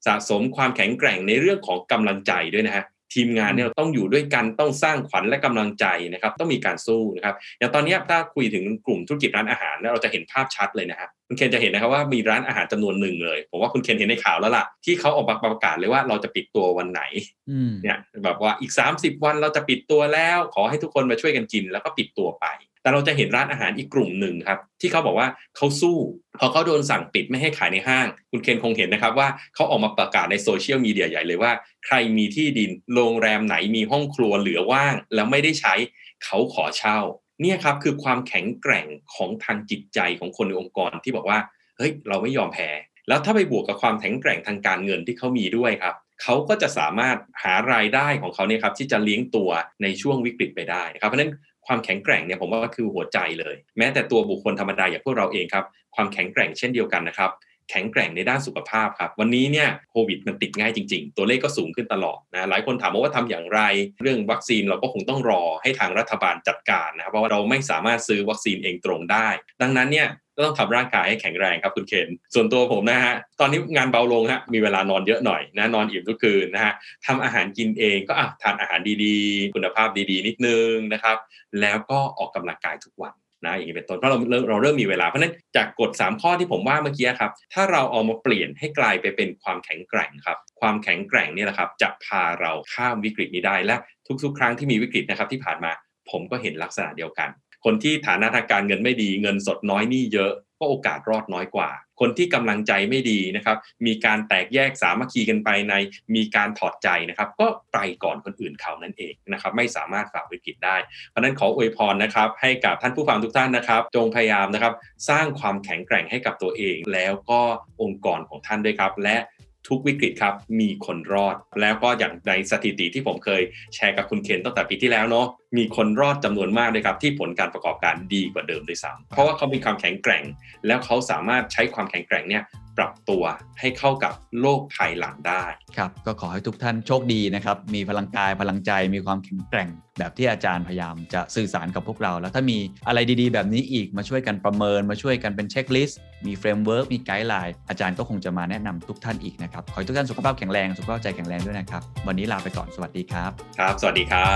สะสมความแข็งแกร่งในเรื่องของกำลังใจด้วยนะฮะทีมงานเนี่ยต้องอยู่ด้วยกันต้องสร้างขวัญและกำลังใจนะครับต้องมีการสู้นะครับอย่างตอนนี้ถ้าคุยถึงกลุ่มธุรกิจร้านอาหารเราจะเห็นภาพชัดเลยนะฮะคุณเคนจะเห็นนะครับว่ามีร้านอาหารจำนวนหนึ่งเลยผมว่าคุณเคนเห็นในข่าวแล้วล่ะที่เขาออกมาประกาศเลยว่าเราจะปิดตัววันไหนเนี่ยแบบว่าอีกสามสิบวันเราจะปิดตัวแล้วขอให้ทุกคนมาช่วยกันกินแล้วก็ปิดตัวไปแต่เราจะเห็นร้านอาหารอีกกลุ่มหนึ่งครับที่เขาบอกว่าเขาสู้พอเขาโดนสั่งปิดไม่ให้ขายในห้างคุณเคนคงเห็นนะครับว่าเขาออกมาประกาศในโซเชียลมีเดียใหญ่เลยว่าใครมีที่ดินโรงแรมไหนมีห้องครัวเหลือว่างแล้วไม่ได้ใช้เขาขอเช่าเนี่ยครับคือความแข็งแกร่งของทางจิตใจของคนในองค์กรที่บอกว่าเฮ้ยเราไม่ยอมแพ้แล้วถ้าไปบวกกับความแข็งแกร่งทางการเงินที่เขามีด้วยครับเขาก็จะสามารถหารายได้ของเขาเนี่ยครับที่จะเลี้ยงตัวในช่วงวิกฤตไปได้นะครับเพราะฉะนั้นความแข็งแกร่งเนี่ยผมว่าคือหัวใจเลยแม้แต่ตัวบุคคลธรรมดาอย่างพวกเราเองครับความแข็งแกร่งเช่นเดียวกันนะครับแข็งแกร่งในด้านสุขภาพครับวันนี้เนี่ยโควิดมันติดง่ายจริงๆตัวเลขก็สูงขึ้นตลอดนะหลายคนถามว่าทำอย่างไรเรื่องวัคซีนเราก็คงต้องรอให้ทางรัฐบาลจัดการนะครับเพราะว่าเราไม่สามารถซื้อวัคซีนเองตรงได้ดังนั้นเนี่ยต้องทำร่างกายให้แข็งแรงครับคุณเคนส่วนตัวผมนะฮะตอนนี้งานเบาลงฮะมีเวลานอนเยอะหน่อยนะนอนอิ่มทุกคืนนะฮะทำอาหารกินเองก็อ่ะทานอาหารดีๆคุณภาพดีๆนิดนึงนะครับแล้วก็ออกกำลังกายทุกวันนะอย่างนี้เป็นต้นเพราะเราเริ่มเราเริ่มมีเวลาเพราะฉะนั้นจากกฎสามข้อที่ผมว่าเมื่อกี้ครับถ้าเราเอามาเปลี่ยนให้กลายไปเป็นความแข็งแกร่งครับความแข็งแกร่งนี่แหละครับจะพาเราข้ามวิกฤตนี้ได้และทุกๆครั้งที่มีวิกฤตนะครับที่ผ่านมาผมก็เห็นลักษณะเดียวกันคนที่ฐานะทางการเงินไม่ดีเงินสดน้อยหนี้เยอะก็โอกาสรอดน้อยกว่าคนที่กำลังใจไม่ดีนะครับมีการแตกแยกสามัคคีกันไปในมีการถอดใจนะครับก็ไปก่อนคนอื่นเขานั่นเองนะครับไม่สามารถฝ่าวิกฤตได้เพราะนั้นขออวยพรนะครับให้กับท่านผู้ฟังทุกท่านนะครับจงพยายามนะครับสร้างความแข็งแกร่งให้กับตัวเองแล้วก็องค์กรของท่านด้วยครับและทุกวิกฤตครับมีคนรอดแล้วก็อย่างในสถิติที่ผมเคยแชร์กับคุณเคนตั้งแต่ปีที่แล้วเนาะมีคนรอดจำนวนมากเลยครับที่ผลการประกอบการดีกว่าเดิมด้วยซ้ำเพราะว่าเขามีความแข็งแกร่งแล้วเขาสามารถใช้ความแข็งแกร่งเนี่ยปรับตัวให้เข้ากับโลกภายหลังได้ครับก็ขอให้ทุกท่านโชคดีนะครับมีพลังกายพลังใจมีความแข็งแกร่งแบบที่อาจารย์พยายามจะสื่อสารกับพวกเราแล้วถ้ามีอะไรดีๆแบบนี้อีกมาช่วยกันประเมินมาช่วยกันเป็นเช็คลิสต์มีเฟรมเวิร์กมีไกด์ไลน์อาจารย์ก็คงจะมาแนะนำทุกท่านอีกนะครับขอให้ทุกท่านสุขภาพแข็งแรงสุขภาพใจแข็งแรงด้วยนะครับวันนี้ลาไปก่อนสวัสดีครับครับสวัสดีครับ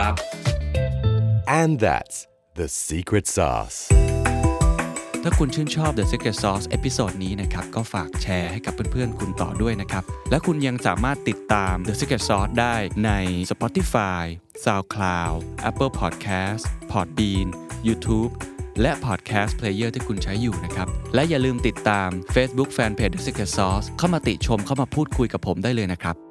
And that's the secret sauce ถ้าคุณชื่นชอบ The Secret Sauce เอพิโซดนี้นะครับก็ฝากแชร์ให้กับเพื่อนๆคุณต่อด้วยนะครับและคุณยังสามารถติดตาม The Secret Sauce ได้ใน Spotify, SoundCloud, Apple Podcast, Podbean, YouTube และ Podcast Player ที่คุณใช้อยู่นะครับและอย่าลืมติดตาม Facebook Fanpage The Secret Sauce เข้ามาติชมเข้ามาพูดคุยกับผมได้เลยนะครับ